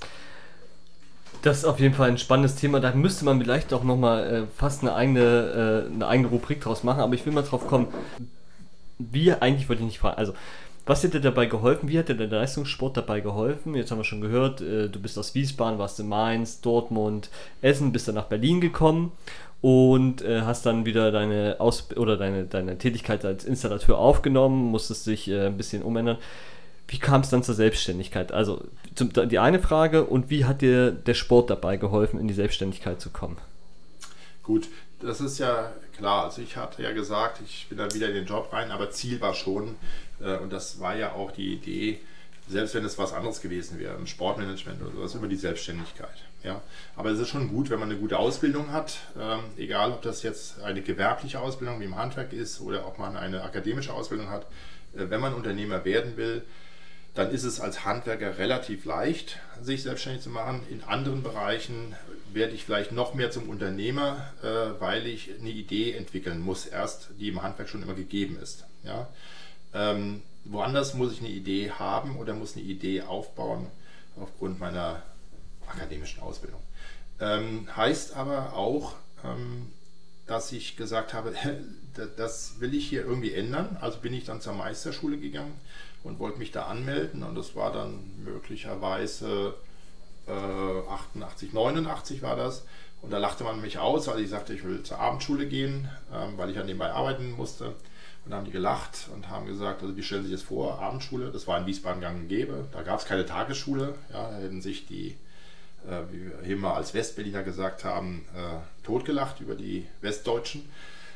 Das ist auf jeden Fall ein spannendes Thema. Da müsste man vielleicht auch nochmal fast eine eigene Rubrik draus machen. Aber ich will mal drauf kommen, eigentlich wollte ich nicht fragen, also was hat dir dabei geholfen? Wie hat dir der Leistungssport dabei geholfen? Jetzt haben wir schon gehört, du bist aus Wiesbaden, warst in Mainz, Dortmund, Essen, bist dann nach Berlin gekommen und hast dann wieder deine Tätigkeit als Installateur aufgenommen, musstest dich ein bisschen umändern. Wie kam es dann zur Selbstständigkeit? Also die eine Frage, und wie hat dir der Sport dabei geholfen, in die Selbstständigkeit zu kommen? Gut, das ist ja klar. Also ich hatte ja gesagt, ich bin dann wieder in den Job rein, aber Ziel war schon, und das war ja auch die Idee, selbst wenn es was anderes gewesen wäre, im Sportmanagement oder sowas, über die Selbstständigkeit. Ja? Aber es ist schon gut, wenn man eine gute Ausbildung hat, egal ob das jetzt eine gewerbliche Ausbildung wie im Handwerk ist oder ob man eine akademische Ausbildung hat. Wenn man Unternehmer werden will, dann ist es als Handwerker relativ leicht, sich selbstständig zu machen. In anderen Bereichen werde ich vielleicht noch mehr zum Unternehmer, weil ich eine Idee entwickeln muss, erst die im Handwerk schon immer gegeben ist. Ja? Woanders muss ich eine Idee haben oder muss eine Idee aufbauen aufgrund meiner akademischen Ausbildung. Heißt aber auch, dass ich gesagt habe, das will ich hier irgendwie ändern. Also bin ich dann zur Meisterschule gegangen und wollte mich da anmelden. Und das war dann möglicherweise 88, 89 war das. Und da lachte man mich aus, weil ich sagte, ich will zur Abendschule gehen, weil ich ja nebenbei arbeiten musste. Und da haben die gelacht und haben gesagt, also wie stellen Sie sich das vor, Abendschule, das war in Wiesbaden gang und gäbe. Da gab es keine Tagesschule. Ja, da hätten sich die, wie wir hier mal als Westberliner gesagt haben, totgelacht über die Westdeutschen.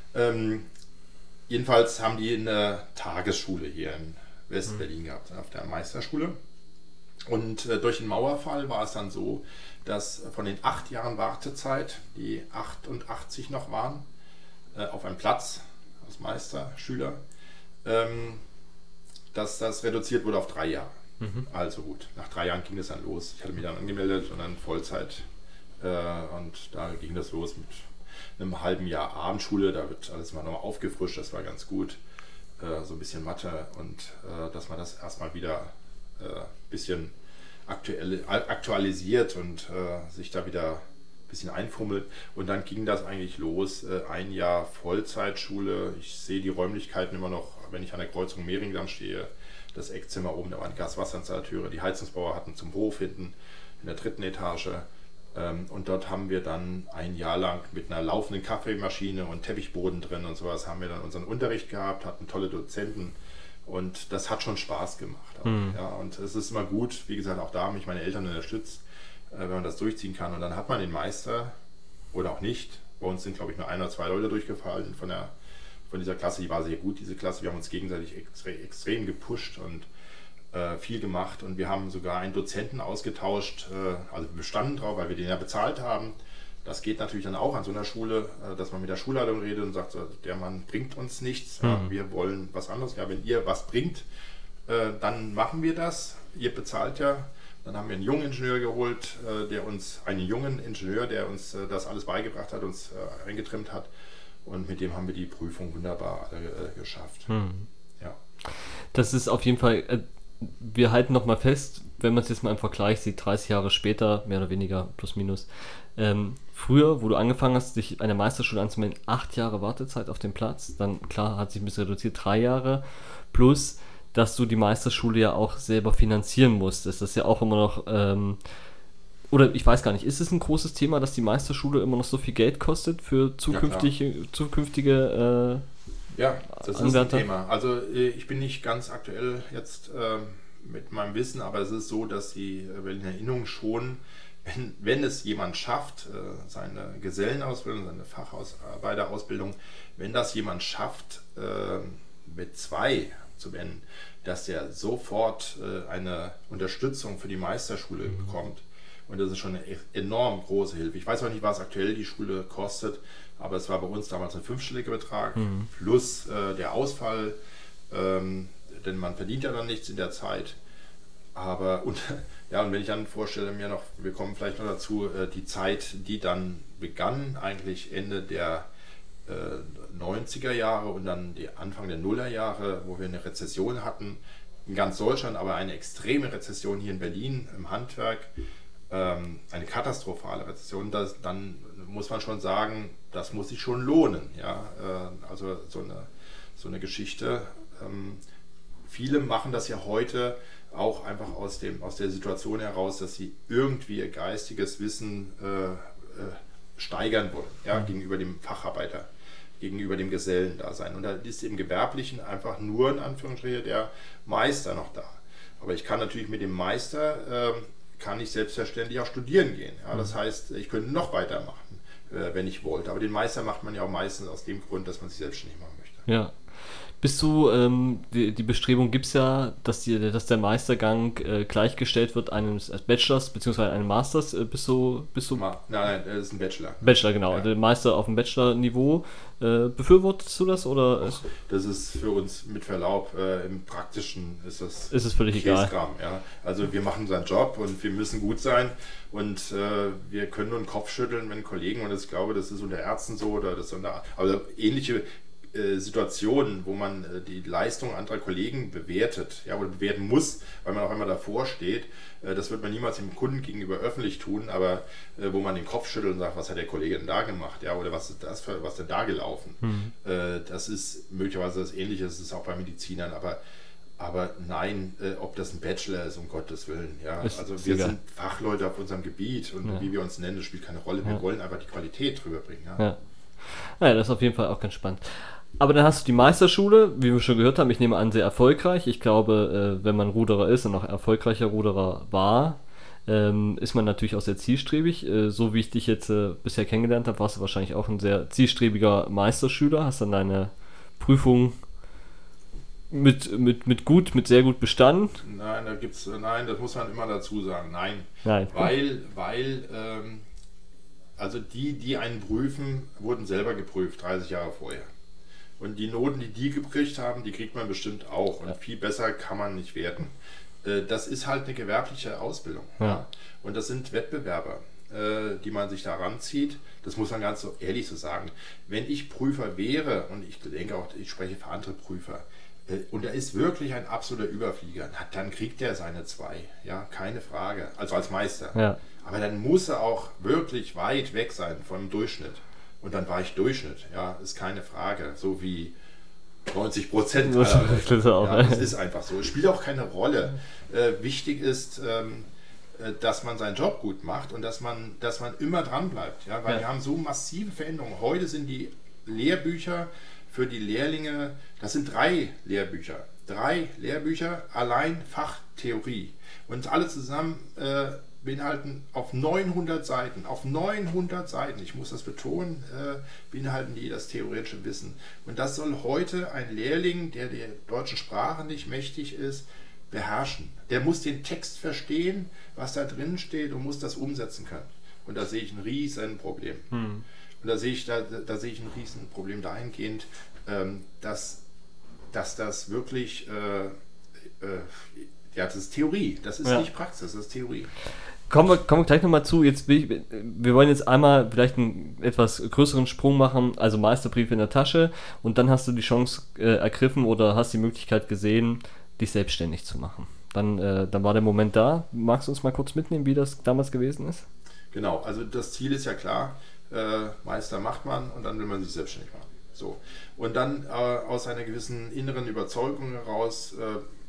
Jedenfalls haben die eine Tagesschule hier in Westberlin gehabt, auf der Meisterschule. Und durch den Mauerfall war es dann so, dass von den 8 Jahren Wartezeit, die 88 noch waren, auf einem Platz als Meisterschüler, dass das reduziert wurde auf 3 Jahre. Also gut, nach 3 Jahren ging es dann los. Ich hatte mich dann angemeldet und dann Vollzeit und da ging das los mit einem halben Jahr Abendschule. Da wird alles mal nochmal aufgefrischt, das war ganz gut. So ein bisschen Mathe und dass man das erstmal wieder ein bisschen aktualisiert und sich da wieder ein bisschen einfummelt. Und dann ging das eigentlich los. 1 Jahr Vollzeitschule. Ich sehe die Räumlichkeiten immer noch, wenn ich an der Kreuzung Mehringdamm stehe. Das Eckzimmer oben, da waren Gaswasserinstallateure. Die Heizungsbauer hatten zum Hof hinten in der 3. Etage. Und dort haben wir dann 1 Jahr lang mit einer laufenden Kaffeemaschine und Teppichboden drin und sowas haben wir dann unseren Unterricht gehabt, hatten tolle Dozenten und das hat schon Spaß gemacht. Ja, und es ist immer gut, wie gesagt, auch da haben mich meine Eltern unterstützt, wenn man das durchziehen kann. Und dann hat man den Meister oder auch nicht. Bei uns sind, glaube ich, nur 1 oder 2 Leute durchgefallen von dieser Klasse. Die war sehr gut, diese Klasse. Wir haben uns gegenseitig extrem gepusht und viel gemacht und wir haben sogar einen Dozenten ausgetauscht, also wir bestanden drauf, weil wir den ja bezahlt haben. Das geht natürlich dann auch an so einer Schule, dass man mit der Schulleitung redet und sagt, der Mann bringt uns nichts, wir wollen was anderes. Ja, wenn ihr was bringt, dann machen wir das. Ihr bezahlt ja. Dann haben wir einen jungen Ingenieur geholt, der uns das alles beigebracht hat, uns eingetrimmt hat und mit dem haben wir die Prüfung wunderbar geschafft. Ja. Das ist auf jeden Fall, wir halten nochmal fest, wenn man es jetzt mal im Vergleich sieht, 30 Jahre später, mehr oder weniger, plus minus, früher, wo du angefangen hast, dich eine Meisterschule anzumelden, 8 Jahre Wartezeit auf dem Platz, dann klar, hat sich ein bisschen reduziert, 3 Jahre, plus dass du die Meisterschule ja auch selber finanzieren musstest. Das ist ja auch immer noch, oder ich weiß gar nicht, ist es ein großes Thema, dass die Meisterschule immer noch so viel Geld kostet für zukünftige ja, das Anwärter? ist ein Thema. Also ich bin nicht ganz aktuell jetzt mit meinem Wissen, aber es ist so, dass die Berliner Innung schon, wenn es jemand schafft, seine Gesellenausbildung, seine Facharbeiterausbildung, wenn das jemand schafft, mit 2 zu beenden, dass der sofort eine Unterstützung für die Meisterschule bekommt. Und das ist schon eine enorm große Hilfe. Ich weiß auch nicht, was aktuell die Schule kostet, aber es war bei uns damals ein 5-stelliger Betrag plus der Ausfall, denn man verdient ja dann nichts in der Zeit. Aber und wenn ich dann vorstelle mir noch, wir kommen vielleicht noch dazu, die Zeit, die dann begann, eigentlich Ende der 90er Jahre und dann die Anfang der Nullerjahre, wo wir eine Rezession hatten, in ganz Deutschland, aber eine extreme Rezession hier in Berlin im Handwerk, eine katastrophale Rezession, dann muss man schon sagen, das muss sich schon lohnen. Ja? Also so eine Geschichte. Viele machen das ja heute auch einfach aus der Situation heraus, dass sie irgendwie ihr geistiges Wissen steigern wollen, ja? Gegenüber dem Facharbeiter, gegenüber dem Gesellendasein. Und da ist im Gewerblichen einfach nur in Anführungsstrichen der Meister noch da. Aber ich kann natürlich mit dem Meister kann ich selbstverständlich auch studieren gehen. Ja? Das heißt, ich könnte noch weitermachen, wenn ich wollte. Aber den Meister macht man ja auch meistens aus dem Grund, dass man sich selbstständig machen möchte. Ja. Bist du, die Bestrebung gibt es ja, dass der Meistergang gleichgestellt wird eines Bachelors bzw. einem Masters. Bist du Nein, das ist ein Bachelor. Bachelor, genau. Ja. Der Meister auf dem Bachelor-Niveau. Befürwortest du das? Oder? Das ist für uns mit Verlaub, im Praktischen ist es völlig egal. Ja. Also wir machen unseren Job und wir müssen gut sein und wir können nur den Kopf schütteln, wenn Kollegen, und ich glaube, das ist unter Ärzten so, oder das also ähnliche Situationen, wo man die Leistung anderer Kollegen bewertet, ja, oder bewerten muss, weil man auch einmal davor steht. Das wird man niemals dem Kunden gegenüber öffentlich tun, aber wo man den Kopf schüttelt und sagt, was hat der Kollege denn da gemacht, ja, oder was ist das für, was denn da gelaufen? Das ist möglicherweise das Ähnliche, das ist auch bei Medizinern, aber nein, ob das ein Bachelor ist, um Gottes Willen, ja, also wir sind Fachleute auf unserem Gebiet und wie wir uns nennen, das spielt keine Rolle. Wir wollen einfach die Qualität rüberbringen. Ja. Ja, das ist auf jeden Fall auch ganz spannend. Aber dann hast du die Meisterschule, wie wir schon gehört haben, ich nehme an, sehr erfolgreich. Ich glaube, wenn man Ruderer ist und auch erfolgreicher Ruderer war, ist man natürlich auch sehr zielstrebig. So wie ich dich jetzt bisher kennengelernt habe, warst du wahrscheinlich auch ein sehr zielstrebiger Meisterschüler, hast dann deine Prüfung mit sehr gut bestanden. Nein, das muss man immer dazu sagen. Nein. Weil also die einen prüfen, wurden selber geprüft, 30 Jahre vorher. Und die Noten, die gekriegt haben, die kriegt man bestimmt auch. Und viel besser kann man nicht werden. Das ist halt eine gewerbliche Ausbildung. Ja. Und das sind Wettbewerber, die man sich da ranzieht. Das muss man ganz so ehrlich so sagen. Wenn ich Prüfer wäre, und ich denke auch, ich spreche für andere Prüfer, und er ist wirklich ein absoluter Überflieger, dann kriegt er seine 2. Ja, keine Frage. Also als Meister. Ja. Aber dann muss er auch wirklich weit weg sein vom Durchschnitt. Und dann war ich Durchschnitt, ja, ist keine Frage. So wie 90%. Das ist einfach so. Es spielt auch keine Rolle. Wichtig ist, dass man seinen Job gut macht und dass man immer dran bleibt. Ja? Weil wir haben so massive Veränderungen. Heute sind die Lehrbücher für die Lehrlinge, das sind 3 Lehrbücher. 3 Lehrbücher, allein Fachtheorie. Und alle zusammen beinhalten auf 900 Seiten, ich muss das betonen, beinhalten die das theoretische Wissen. Und das soll heute ein Lehrling, der der deutschen Sprache nicht mächtig ist, beherrschen. Der muss den Text verstehen, was da drin steht, und muss das umsetzen können. Und da sehe ich ein riesen Problem. Und da sehe ich ein riesen Problem dahingehend, dass das wirklich das ist Theorie, das ist nicht Praxis, das ist Theorie. Kommen wir gleich nochmal zu. Wir wollen jetzt einmal vielleicht einen etwas größeren Sprung machen, also Meisterbrief in der Tasche, und dann hast du die Chance ergriffen oder hast die Möglichkeit gesehen, dich selbstständig zu machen. Dann war der Moment da. Magst du uns mal kurz mitnehmen, wie das damals gewesen ist? Genau, also das Ziel ist ja klar, Meister macht man und dann will man sich selbstständig machen. So. Und dann aus einer gewissen inneren Überzeugung heraus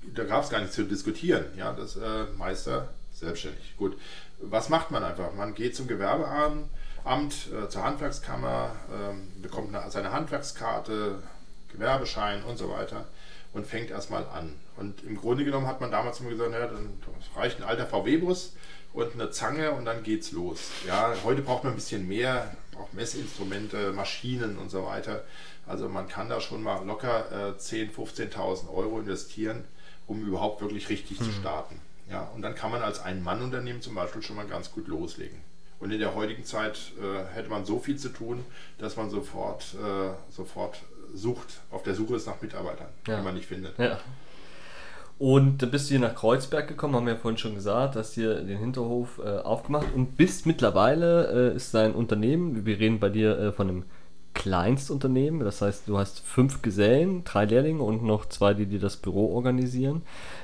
da gab es gar nichts zu diskutieren. Ja, das Meister selbstständig. Gut. Was macht man einfach? Man geht zum Gewerbeamt, zur Handwerkskammer, bekommt seine Handwerkskarte, Gewerbeschein und so weiter und fängt erstmal an. Und im Grunde genommen hat man damals immer gesagt, ja, dann reicht ein alter VW-Bus und eine Zange und dann geht's los. Ja, heute braucht man ein bisschen mehr, auch Messinstrumente, Maschinen und so weiter. Also man kann da schon mal locker 10.000, 15.000 Euro investieren, um überhaupt wirklich richtig zu starten. Ja, und dann kann man als Ein-Mann-Unternehmen zum Beispiel schon mal ganz gut loslegen. Und in der heutigen Zeit hätte man so viel zu tun, dass man sofort sucht, auf der Suche ist nach Mitarbeitern, die man nicht findet. Ja. Und da bist du hier nach Kreuzberg gekommen, haben wir ja vorhin schon gesagt, hast hier den Hinterhof aufgemacht und bist mittlerweile, ist dein Unternehmen, wir reden bei dir von einem Kleinstunternehmen, das heißt, du hast 5 Gesellen, 3 Lehrlinge und noch 2, die dir das Büro organisieren.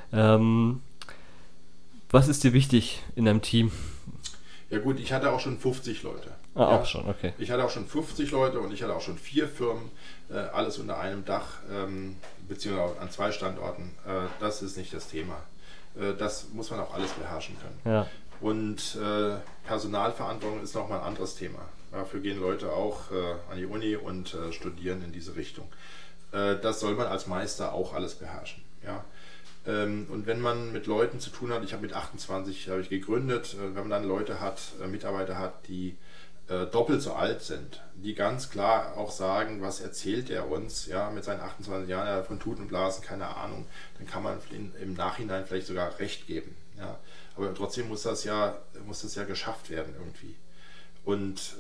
Was ist dir wichtig in deinem Team? Ja gut, ich hatte auch schon 50 Leute. Auch schon, okay. Ich hatte auch schon 50 Leute und ich hatte auch schon 4 Firmen, alles unter einem Dach, beziehungsweise an 2 Standorten. Das ist nicht das Thema. Das muss man auch alles beherrschen können. Ja. Und Personalverantwortung ist nochmal ein anderes Thema. Dafür gehen Leute auch an die Uni und studieren in diese Richtung. Das soll man als Meister auch alles beherrschen. Ja. Und wenn man mit Leuten zu tun hat, ich habe mit 28 gegründet, wenn man dann Leute hat, Mitarbeiter hat, die doppelt so alt sind, die ganz klar auch sagen, was erzählt er uns, ja, mit seinen 28 Jahren, er hat von Tuten und Blasen keine Ahnung, dann kann man im Nachhinein vielleicht sogar recht geben. Ja. Aber trotzdem muss das ja geschafft werden irgendwie. Und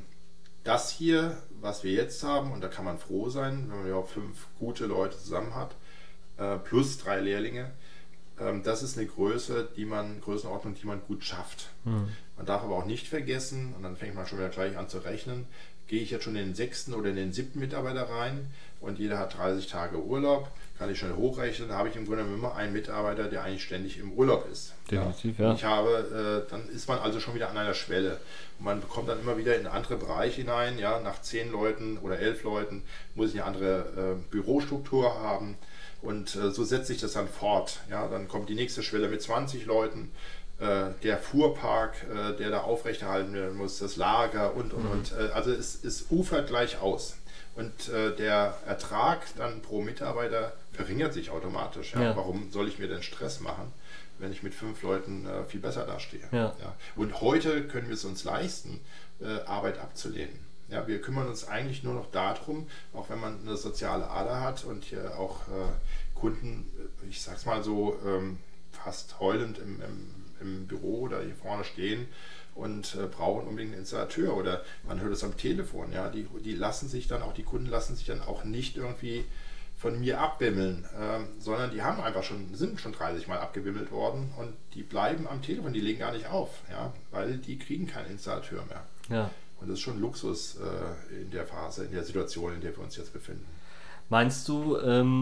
das hier, was wir jetzt haben, und da kann man froh sein, wenn man ja auch 5 gute Leute zusammen hat, plus 3 Lehrlinge, das ist eine Größenordnung, die man gut schafft. Man darf aber auch nicht vergessen, und dann fängt man schon wieder gleich an zu rechnen, gehe ich jetzt schon in den 6. oder in den 7. Mitarbeiter rein und jeder hat 30 Tage Urlaub, kann ich schnell hochrechnen, da habe ich im Grunde immer einen Mitarbeiter, der eigentlich ständig im Urlaub ist. Definitiv, ja. Dann ist man also schon wieder an einer Schwelle. Und man bekommt dann immer wieder in andere Bereiche hinein, ja, nach 10 Leuten oder 11 Leuten muss ich eine andere Bürostruktur haben. Und so setzt sich das dann fort. Ja, dann kommt die nächste Schwelle mit 20 Leuten, der Fuhrpark, der da aufrechterhalten werden muss, das Lager und. Also es ufert gleich aus. Und der Ertrag dann pro Mitarbeiter verringert sich automatisch. Ja? Ja. Warum soll ich mir denn Stress machen, wenn ich mit 5 Leuten viel besser dastehe? Ja. Ja. Und heute können wir es uns leisten, Arbeit abzulehnen. Ja, wir kümmern uns eigentlich nur noch darum, auch wenn man eine soziale Ader hat und hier auch Kunden, ich sag's mal so, fast heulend im Büro oder hier vorne stehen und brauchen unbedingt einen Installateur oder man hört es am Telefon, ja, die Kunden lassen sich dann auch nicht irgendwie von mir abwimmeln, sondern die sind schon 30 Mal abgewimmelt worden und die bleiben am Telefon, die legen gar nicht auf, ja, weil die kriegen keinen Installateur mehr. Ja. Und das ist schon Luxus in der Situation, in der wir uns jetzt befinden. Meinst du,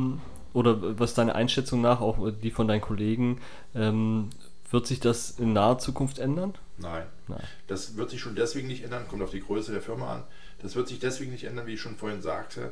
oder was deine Einschätzung nach, auch die von deinen Kollegen, wird sich das in naher Zukunft ändern? Nein. Das wird sich schon deswegen nicht ändern, kommt auf die Größe der Firma an. Das wird sich deswegen nicht ändern, wie ich schon vorhin sagte.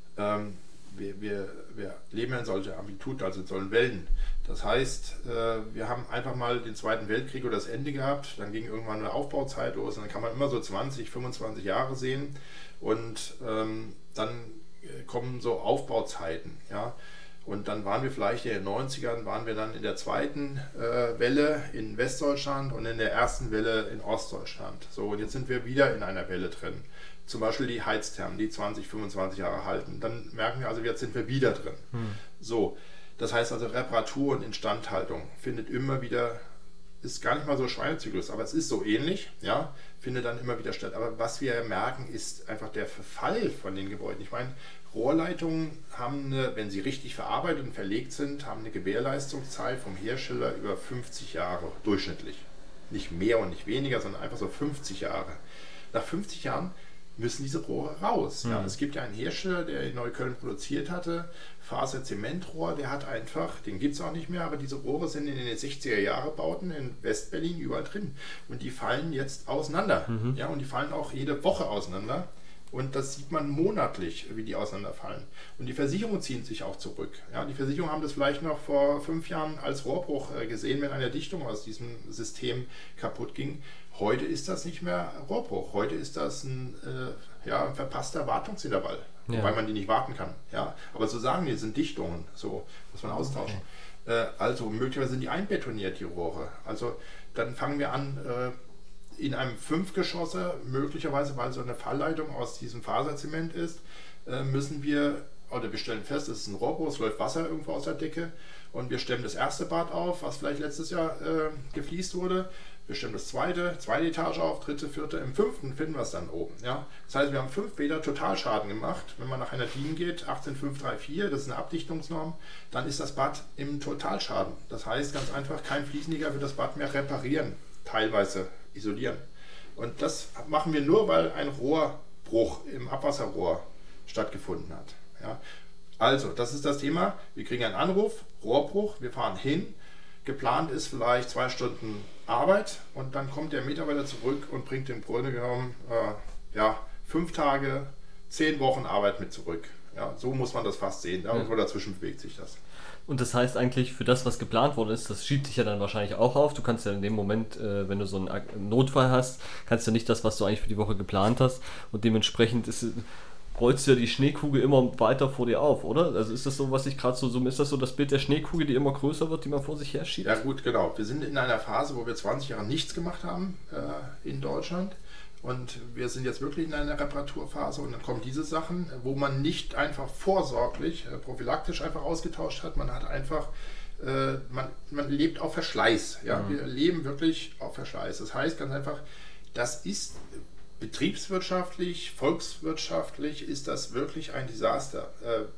Wir leben ja in solcher Amplitude, also in solchen Wellen. Das heißt, wir haben einfach mal den Zweiten Weltkrieg oder das Ende gehabt, dann ging irgendwann eine Aufbauzeit los und dann kann man immer so 20, 25 Jahre sehen und dann kommen so Aufbauzeiten, ja. Und dann waren wir vielleicht in den 90ern, waren wir dann in der zweiten Welle in Westdeutschland und in der ersten Welle in Ostdeutschland. So, und jetzt sind wir wieder in einer Welle drin. Zum Beispiel die Heizthermen, die 20, 25 Jahre halten. Dann merken wir also, jetzt sind wir wieder drin. So, das heißt also Reparatur und Instandhaltung findet immer wieder, ist gar nicht mal so Schweinezyklus, aber es ist so ähnlich, ja, findet dann immer wieder statt. Aber was wir merken, ist einfach der Verfall von den Gebäuden. Ich meine, Rohrleitungen haben wenn sie richtig verarbeitet und verlegt sind, haben eine Gewährleistungszeit vom Hersteller über 50 Jahre durchschnittlich. Nicht mehr und nicht weniger, sondern einfach so 50 Jahre. Nach 50 Jahren müssen diese Rohre raus. Ja, es gibt ja einen Hersteller, der in Neukölln produziert hatte, Faser-Zementrohr, der hat einfach, den gibt es auch nicht mehr, aber diese Rohre sind in den 60er-Jahre-Bauten in Westberlin überall drin. Und die fallen jetzt auseinander. Ja, und die fallen auch jede Woche auseinander, Und das sieht man monatlich, wie die auseinanderfallen. Und die Versicherungen ziehen sich auch zurück. Ja, die Versicherungen haben das vielleicht noch vor 5 Jahren als Rohrbruch gesehen, wenn eine Dichtung aus diesem System kaputt ging. Heute ist das nicht mehr Rohrbruch. Heute ist das ein verpasster Wartungsintervall, wobei man die nicht warten kann. Ja? Aber so sagen die, sind Dichtungen, so muss man austauschen. Also möglicherweise sind die einbetoniert, die Rohre. Also dann fangen wir an, in einem 5-Geschosse, möglicherweise, weil so eine Fallleitung aus diesem Faserzement ist, müssen wir stellen fest, es ist ein Rohrbruch, es läuft Wasser irgendwo aus der Decke und wir stemmen das erste Bad auf, was vielleicht letztes Jahr gefliest wurde. Wir stemmen das zweite Etage auf, dritte, vierte, im 5. finden wir es dann oben. Ja? Das heißt, wir haben 5 Bäder Totalschaden gemacht. Wenn man nach einer DIN geht, 18534, das ist eine Abdichtungsnorm, dann ist das Bad im Totalschaden. Das heißt ganz einfach, kein Fliesenleger wird das Bad mehr reparieren, teilweise isolieren. Und das machen wir nur, weil ein Rohrbruch im Abwasserrohr stattgefunden hat. Ja? Also, das ist das Thema. Wir kriegen einen Anruf, Rohrbruch, wir fahren hin. Geplant ist vielleicht 2 Stunden Arbeit und dann kommt der Mitarbeiter zurück und bringt im Grunde genommen 5 Tage, 10 Wochen Arbeit mit zurück. Ja, so muss man das fast sehen. Ja, und dazwischen bewegt sich das. Und das heißt eigentlich, für das, was geplant worden ist, das schiebt sich ja dann wahrscheinlich auch auf. Du kannst ja in dem Moment, wenn du so einen Notfall hast, kannst du nicht das, was du eigentlich für die Woche geplant hast. Und dementsprechend rollst du ja die Schneekugel immer weiter vor dir auf, oder? Also ist das so, was ich gerade so ist das so das Bild der Schneekugel, die immer größer wird, die man vor sich her schiebt? Ja gut, genau. Wir sind in einer Phase, wo wir 20 Jahre nichts gemacht haben in Deutschland. Und wir sind jetzt wirklich in einer Reparaturphase und dann kommen diese Sachen, wo man nicht einfach vorsorglich, prophylaktisch einfach ausgetauscht hat. Man hat einfach, man lebt auf Verschleiß. Ja? Wir leben wirklich auf Verschleiß. Das heißt ganz einfach, das ist betriebswirtschaftlich, volkswirtschaftlich ist das wirklich ein Desaster.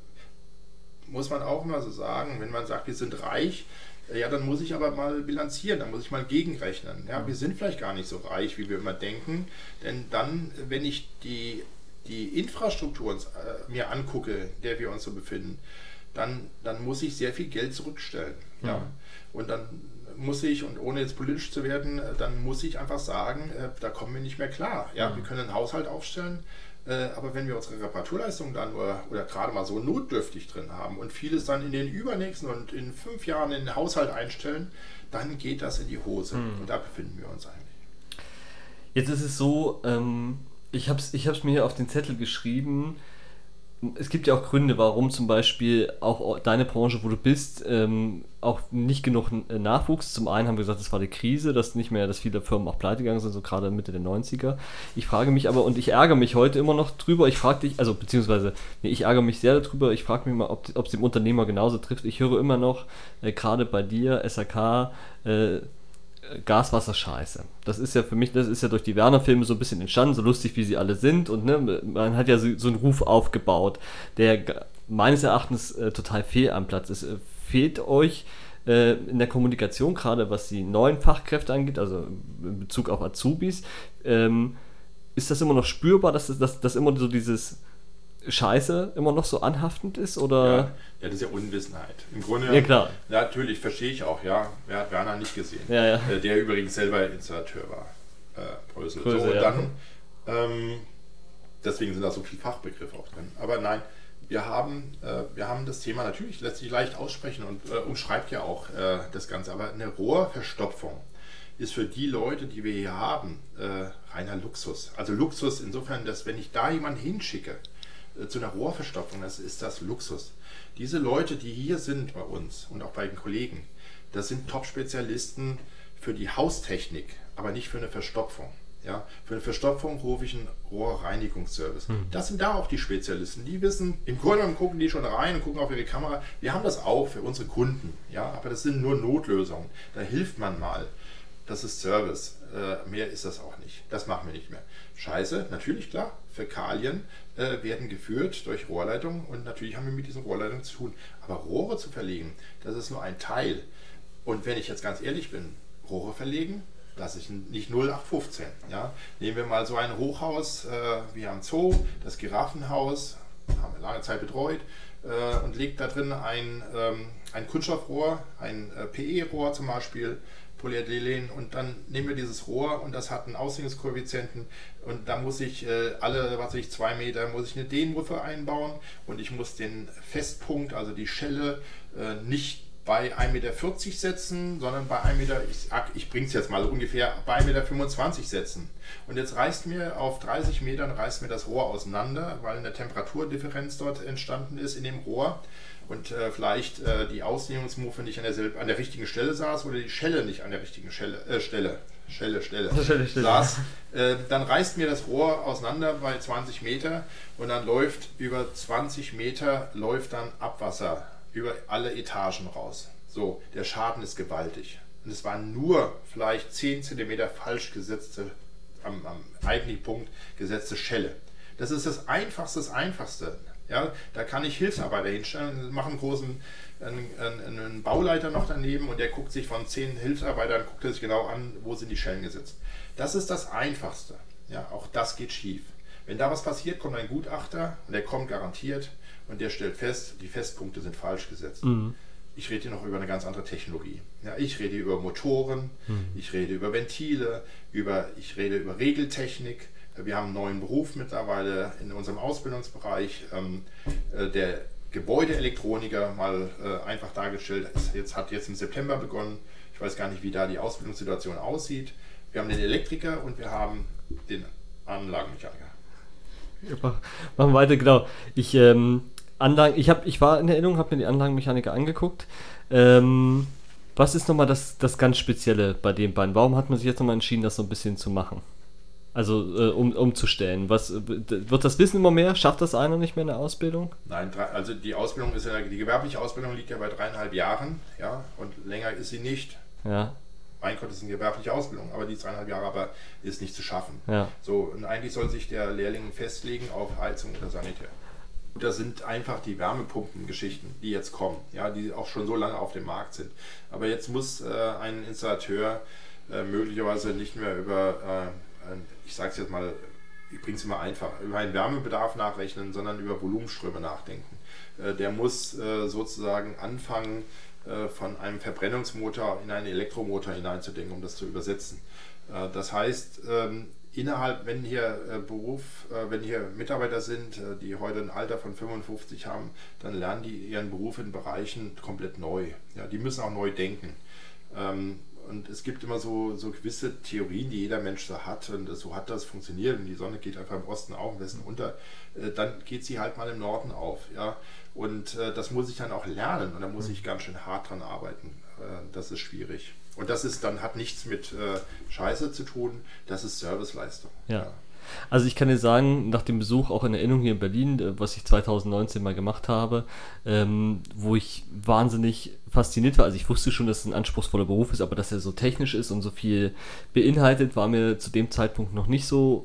Muss man auch mal so sagen, wenn man sagt, wir sind reich, ja, dann muss ich aber mal bilanzieren, dann muss ich mal gegenrechnen. Ja, wir sind vielleicht gar nicht so reich, wie wir immer denken, denn dann, wenn ich die Infrastruktur mir angucke, in der wir uns so befinden, dann muss ich sehr viel Geld zurückstellen. Ja. Und dann muss ich, und ohne jetzt politisch zu werden, dann muss ich einfach sagen, da kommen wir nicht mehr klar. Ja, wir können einen Haushalt aufstellen, aber wenn wir unsere Reparaturleistung dann oder gerade mal so notdürftig drin haben und vieles dann in den übernächsten und in 5 Jahren in den Haushalt einstellen, dann geht das in die Hose. Und da befinden wir uns eigentlich. Jetzt ist es so, ich hab's mir hier auf den Zettel geschrieben. Es gibt ja auch Gründe, warum zum Beispiel auch deine Branche, wo du bist, auch nicht genug Nachwuchs. Zum einen haben wir gesagt, das war die Krise, dass viele Firmen auch pleite gegangen sind, so gerade Mitte der 90er. Ich frage mich aber, und ich ärgere mich heute immer noch drüber, ich ärgere mich sehr darüber, ich frage mich mal, ob es dem Unternehmer genauso trifft. Ich höre immer noch, gerade bei dir, SAK, Gaswasser-Scheiße. Das ist ja für mich, das ist ja durch die Werner-Filme so ein bisschen entstanden, so lustig wie sie alle sind, und man hat ja so einen Ruf aufgebaut, der meines Erachtens total fehl am Platz ist. Fehlt euch in der Kommunikation, gerade was die neuen Fachkräfte angeht, also in Bezug auf Azubis, ist das immer noch spürbar, dass immer so dieses Scheiße immer noch so anhaftend ist, oder? Ja, das ist ja Unwissenheit. Im Grunde, ja, klar. Natürlich, verstehe ich auch, ja. Wer hat Werner nicht gesehen? Ja. Der übrigens selber Installateur war. Brösel. So, und dann, deswegen sind da so viele Fachbegriffe auch drin. Aber nein, wir haben das Thema natürlich, lässt sich leicht aussprechen und umschreibt ja auch das Ganze. Aber eine Rohrverstopfung ist für die Leute, die wir hier haben, reiner Luxus. Also Luxus insofern, dass wenn ich da jemanden hinschicke, zu einer Rohrverstopfung, ist das Luxus. Diese Leute, die hier sind bei uns und auch bei den Kollegen, das sind Top-Spezialisten für die Haustechnik, aber nicht für eine Verstopfung. Ja? Für eine Verstopfung rufe ich einen Rohrreinigungsservice. Das sind da auch die Spezialisten, die wissen, im Grunde genommen gucken die schon rein und gucken auf ihre Kamera. Wir haben das auch für unsere Kunden, ja? Aber das sind nur Notlösungen. Da hilft man mal. Das ist Service. Mehr ist das auch nicht. Das machen wir nicht mehr. Scheiße, natürlich, klar. Fäkalien werden geführt durch Rohrleitungen und natürlich haben wir mit diesen Rohrleitungen zu tun. Aber Rohre zu verlegen, das ist nur ein Teil. Und wenn ich jetzt ganz ehrlich bin, Rohre verlegen, das ist nicht 0815. Ja? Nehmen wir mal so ein Hochhaus wie am Zoo, das Giraffenhaus, haben wir lange Zeit betreut. und lege da drin ein Kunststoffrohr, ein PE-Rohr zum Beispiel, Polyethylen, und dann nehmen wir dieses Rohr und das hat einen Ausdehnungskoeffizienten und da muss ich alle, 2 Meter, muss ich eine Dehnwürfe einbauen und ich muss den Festpunkt, also die Schelle, nicht bei 1,40 Meter setzen, sondern bei 1 Meter, ich bringe es jetzt mal ungefähr, bei 1,25 Meter setzen. Und jetzt reißt mir auf 30 Metern reißt mir das Rohr auseinander, weil eine Temperaturdifferenz dort entstanden ist in dem Rohr und vielleicht die Ausdehnungsmuffe nicht an der richtigen Stelle saß oder die Schelle nicht an der richtigen Stelle saß. Dann reißt mir das Rohr auseinander bei 20 Meter und dann läuft über 20 Meter läuft dann Abwasser über alle Etagen raus. So, der Schaden ist gewaltig. Und es waren nur vielleicht 10 cm falsch gesetzte, am eigentlichen Punkt gesetzte Schelle. Das ist das Einfachste. Ja, da kann ich Hilfsarbeiter hinstellen, machen einen Bauleiter noch daneben und der guckt sich von 10 Hilfsarbeitern, guckt er sich genau an, wo sind die Schellen gesetzt. Das ist das Einfachste. Ja, auch das geht schief. Wenn da was passiert, kommt ein Gutachter und der kommt garantiert und der stellt fest, die Festpunkte sind falsch gesetzt. Mhm. Ich rede hier noch über eine ganz andere Technologie. Ja, ich rede hier über Motoren, ich rede über Ventile, ich rede über Regeltechnik. Wir haben einen neuen Beruf mittlerweile in unserem Ausbildungsbereich, der Gebäudeelektroniker, mal einfach dargestellt, hat jetzt im September begonnen. Ich weiß gar nicht, wie da die Ausbildungssituation aussieht. Wir haben den Elektriker und wir haben den Anlagenmechaniker. Ja, machen wir weiter, genau. Ich war in Erinnerung, habe mir die Anlagenmechaniker angeguckt. Was ist nochmal das ganz Spezielle bei den beiden? Warum hat man sich jetzt nochmal entschieden, das so ein bisschen zu machen? Also umzustellen. Wird das Wissen immer mehr? Schafft das einer nicht mehr in der Ausbildung? Nein, also die Ausbildung die gewerbliche Ausbildung liegt ja bei 3,5 Jahren, ja, und länger ist sie nicht. Ja. Mein Gott, das ist eine gewerbliche Ausbildung, aber die 3,5 Jahre ist nicht zu schaffen. Ja. So, und eigentlich soll sich der Lehrling festlegen auf Heizung oder Sanitär. Das sind einfach die Wärmepumpen-Geschichten, die jetzt kommen, ja, die auch schon so lange auf dem Markt sind. Aber jetzt muss ein Installateur möglicherweise nicht mehr über, ich sage es jetzt mal, ich bringe es immer einfach, über einen Wärmebedarf nachrechnen, sondern über Volumenströme nachdenken. Der muss sozusagen anfangen, von einem Verbrennungsmotor in einen Elektromotor hineinzudenken, um das zu übersetzen. Das heißt, wenn hier Mitarbeiter sind, die heute ein Alter von 55 haben, dann lernen die ihren Beruf in Bereichen komplett neu. Ja, die müssen auch neu denken. Und es gibt immer so gewisse Theorien, die jeder Mensch so hat, und so hat das funktioniert, und die Sonne geht einfach im Osten auf, im Westen unter, dann geht sie halt mal im Norden auf. Ja? Und das muss ich dann auch lernen, und da muss ich ganz schön hart dran arbeiten. Das ist schwierig. Und das hat nichts mit Scheiße zu tun, das ist Serviceleistung. Ja. Also ich kann dir sagen, nach dem Besuch auch in Erinnerung hier in Berlin, was ich 2019 mal gemacht habe, wo ich wahnsinnig fasziniert war. Also ich wusste schon, dass es ein anspruchsvoller Beruf ist, aber dass er so technisch ist und so viel beinhaltet, war mir zu dem Zeitpunkt noch nicht so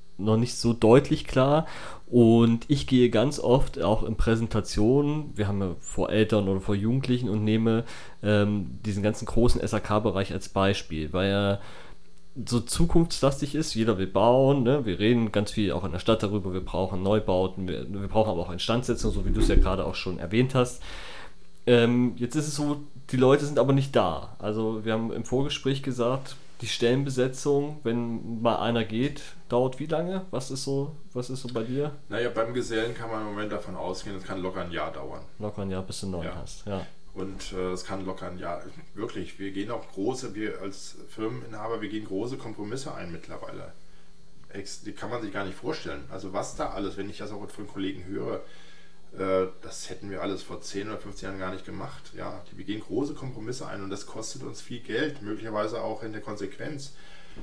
deutlich klar. Und ich gehe ganz oft auch in Präsentationen, wir haben ja vor Eltern oder vor Jugendlichen, und nehme diesen ganzen großen SAK-Bereich als Beispiel, weil er so zukunftslastig ist. Jeder will bauen, ne? Wir reden ganz viel auch in der Stadt darüber, wir brauchen Neubauten, wir brauchen aber auch Instandsetzung, so wie du es ja gerade auch schon erwähnt hast. Jetzt ist es so, die Leute sind aber nicht da. Also wir haben im Vorgespräch gesagt, die Stellenbesetzung, wenn mal einer geht, dauert wie lange? Was ist so bei dir? Naja, beim Gesellen kann man im Moment davon ausgehen, es kann locker ein Jahr dauern. Locker ein Jahr, bis du einen neuen hast, ja. Und es kann locker ein Jahr, wirklich, wir als Firmeninhaber, wir gehen große Kompromisse ein mittlerweile. Die kann man sich gar nicht vorstellen. Also was da alles, wenn ich das auch von Kollegen höre, das hätten wir alles vor 10 oder 15 Jahren gar nicht gemacht. Ja, wir gehen große Kompromisse ein, und das kostet uns viel Geld, möglicherweise auch in der Konsequenz.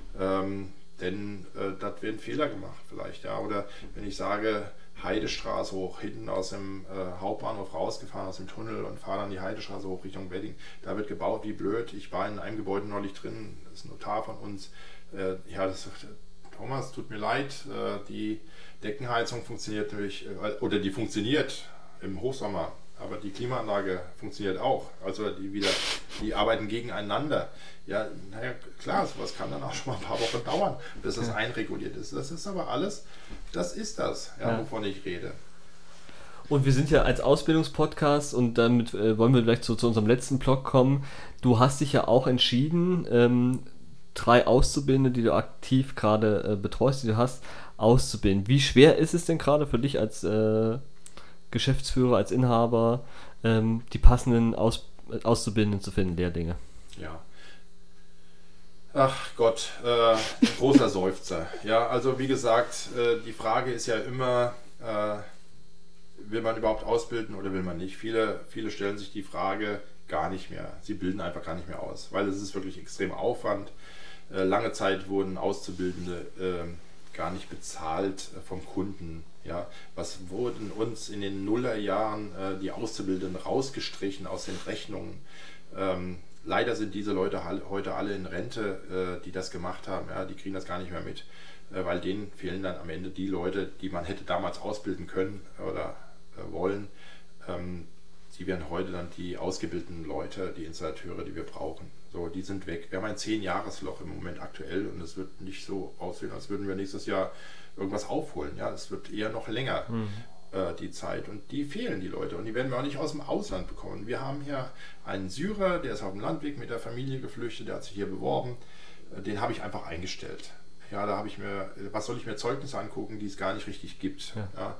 Denn da werden Fehler gemacht vielleicht. Ja. Oder wenn ich sage, Heidestraße hoch, hinten aus dem Hauptbahnhof rausgefahren, aus dem Tunnel, und fahre dann die Heidestraße hoch Richtung Wedding. Da wird gebaut wie blöd. Ich war in einem Gebäude neulich drin, das ist ein Notar von uns. Das sagt, Thomas, tut mir leid, die Deckenheizung funktioniert die funktioniert im Hochsommer, aber die Klimaanlage funktioniert auch. Also die arbeiten gegeneinander. Ja, naja, klar, sowas kann dann auch schon mal ein paar Wochen dauern, bis das einreguliert ist. Das ist aber alles, das ist das, wovon ich rede. Und wir sind ja als Ausbildungspodcast und damit wollen wir gleich zu unserem letzten Blog kommen. Du hast dich ja auch entschieden, 3 Auszubildende, die du aktiv gerade betreust, die du hast, auszubilden. Wie schwer ist es denn gerade für dich als Geschäftsführer, als Inhaber, die passenden Auszubildenden zu finden, Lehrlinge? Ja. Ach Gott, großer Seufzer. Ja, also wie gesagt, die Frage ist ja immer, will man überhaupt ausbilden oder will man nicht? Viele stellen sich die Frage gar nicht mehr. Sie bilden einfach gar nicht mehr aus, weil es ist wirklich extrem Aufwand. Lange Zeit wurden Auszubildende gar nicht bezahlt vom Kunden. Ja, was wurden uns in den Nullerjahren die Auszubildenden rausgestrichen aus den Rechnungen? Leider sind diese Leute heute alle in Rente, die das gemacht haben. Ja, die kriegen das gar nicht mehr mit, weil denen fehlen dann am Ende die Leute, die man hätte damals ausbilden können oder wollen. Die werden heute dann die ausgebildeten Leute, die Installateure, die wir brauchen. So, die sind weg. Wir haben ein 10-Jahres-Loch im Moment aktuell und es wird nicht so aussehen, als würden wir nächstes Jahr irgendwas aufholen. Ja, es wird eher noch länger die Zeit und die fehlen die Leute und die werden wir auch nicht aus dem Ausland bekommen. Wir haben hier einen Syrer, der ist auf dem Landweg mit der Familie geflüchtet, der hat sich hier beworben. Den habe ich einfach eingestellt. Ja, da habe ich mir, was soll ich mir Zeugnisse angucken, die es gar nicht richtig gibt. Ja.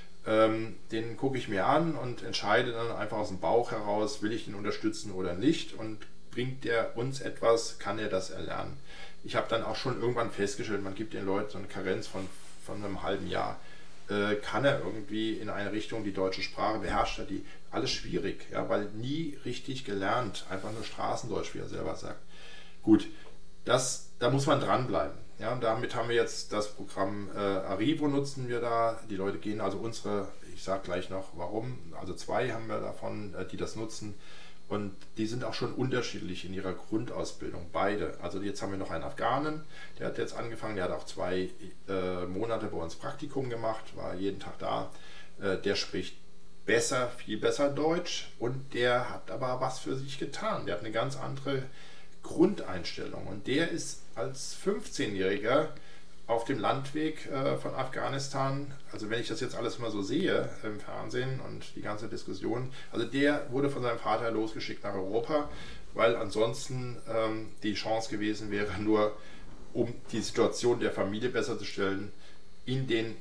Den gucke ich mir an und entscheide dann einfach aus dem Bauch heraus, will ich den unterstützen oder nicht und bringt der uns etwas, kann er das erlernen. Ich habe dann auch schon irgendwann festgestellt, man gibt den Leuten so eine Karenz von einem halben Jahr. Kann er irgendwie in eine Richtung die deutsche Sprache, beherrscht er die? Alles schwierig, ja, weil nie richtig gelernt, einfach nur Straßendeutsch, wie er selber sagt. Gut, da muss man dranbleiben. Ja, und damit haben wir jetzt das Programm Arrivo nutzen wir da. Die Leute gehen also ich sage gleich noch warum, also 2 haben wir davon, die das nutzen. Und die sind auch schon unterschiedlich in ihrer Grundausbildung, beide. Also jetzt haben wir noch einen Afghanen, der hat jetzt angefangen, der hat auch 2 Monate bei uns Praktikum gemacht, war jeden Tag da. Der spricht viel besser Deutsch und der hat aber was für sich getan. Der hat eine ganz andere Grundeinstellung und der ist als 15-Jähriger auf dem Landweg von Afghanistan, also wenn ich das jetzt alles mal so sehe im Fernsehen und die ganze Diskussion, also der wurde von seinem Vater losgeschickt nach Europa, weil ansonsten die Chance gewesen wäre, nur um die Situation der Familie besser zu stellen, in den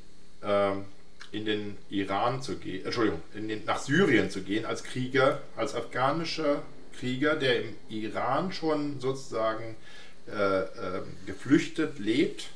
Iran zu gehen, nach Syrien zu gehen als Krieger, als afghanischer Krieger, der im Iran schon sozusagen geflüchtet lebt.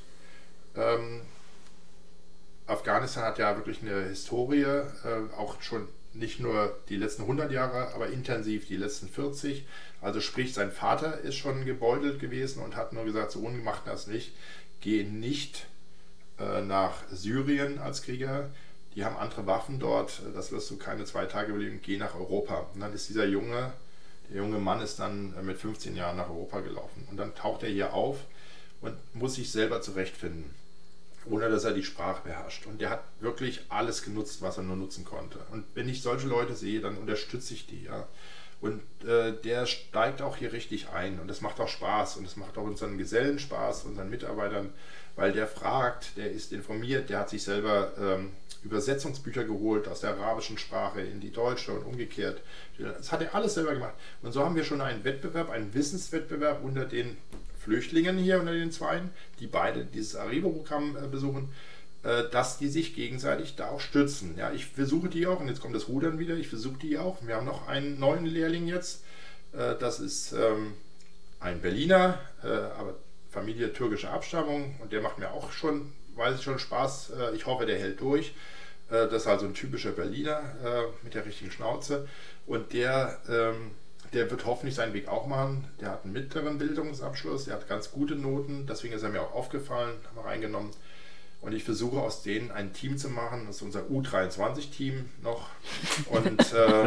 Afghanistan hat ja wirklich eine Historie, auch schon nicht nur die letzten 100 Jahre, aber intensiv die letzten 40. Also sprich, sein Vater ist schon gebeutelt gewesen und hat nur gesagt, so macht das nicht. Geh nicht nach Syrien als Krieger. Die haben andere Waffen dort, das wirst du keine 2 Tage überleben. Geh nach Europa. Und dann ist der junge Mann ist dann mit 15 Jahren nach Europa gelaufen. Und dann taucht er hier auf und muss sich selber zurechtfinden, ohne dass er die Sprache beherrscht. Und der hat wirklich alles genutzt, was er nur nutzen konnte. Und wenn ich solche Leute sehe, dann unterstütze ich die. Ja. Und der steigt auch hier richtig ein. Und das macht auch Spaß. Und das macht auch unseren Gesellen Spaß, unseren Mitarbeitern, weil der fragt, der ist informiert, der hat sich selber Übersetzungsbücher geholt aus der arabischen Sprache in die deutsche und umgekehrt. Das hat er alles selber gemacht. Und so haben wir schon einen Wettbewerb, einen Wissenswettbewerb unter den Flüchtlingen hier, unter den 2, die beide dieses Arrivo-Programm besuchen, dass die sich gegenseitig da auch stützen. Ja, ich versuche die auch, und jetzt kommt das Rudern wieder, ich versuche die auch. Wir haben noch einen neuen Lehrling jetzt, das ist ein Berliner, aber Familie türkischer Abstammung, und der macht mir auch schon, weiß ich schon, Spaß. Ich hoffe, der hält durch. Das ist also ein typischer Berliner mit der richtigen Schnauze, und der wird hoffentlich seinen Weg auch machen. Der hat einen mittleren Bildungsabschluss, der hat ganz gute Noten, deswegen ist er mir auch aufgefallen, haben wir reingenommen. Und ich versuche aus denen ein Team zu machen, das ist unser U23-Team noch. Und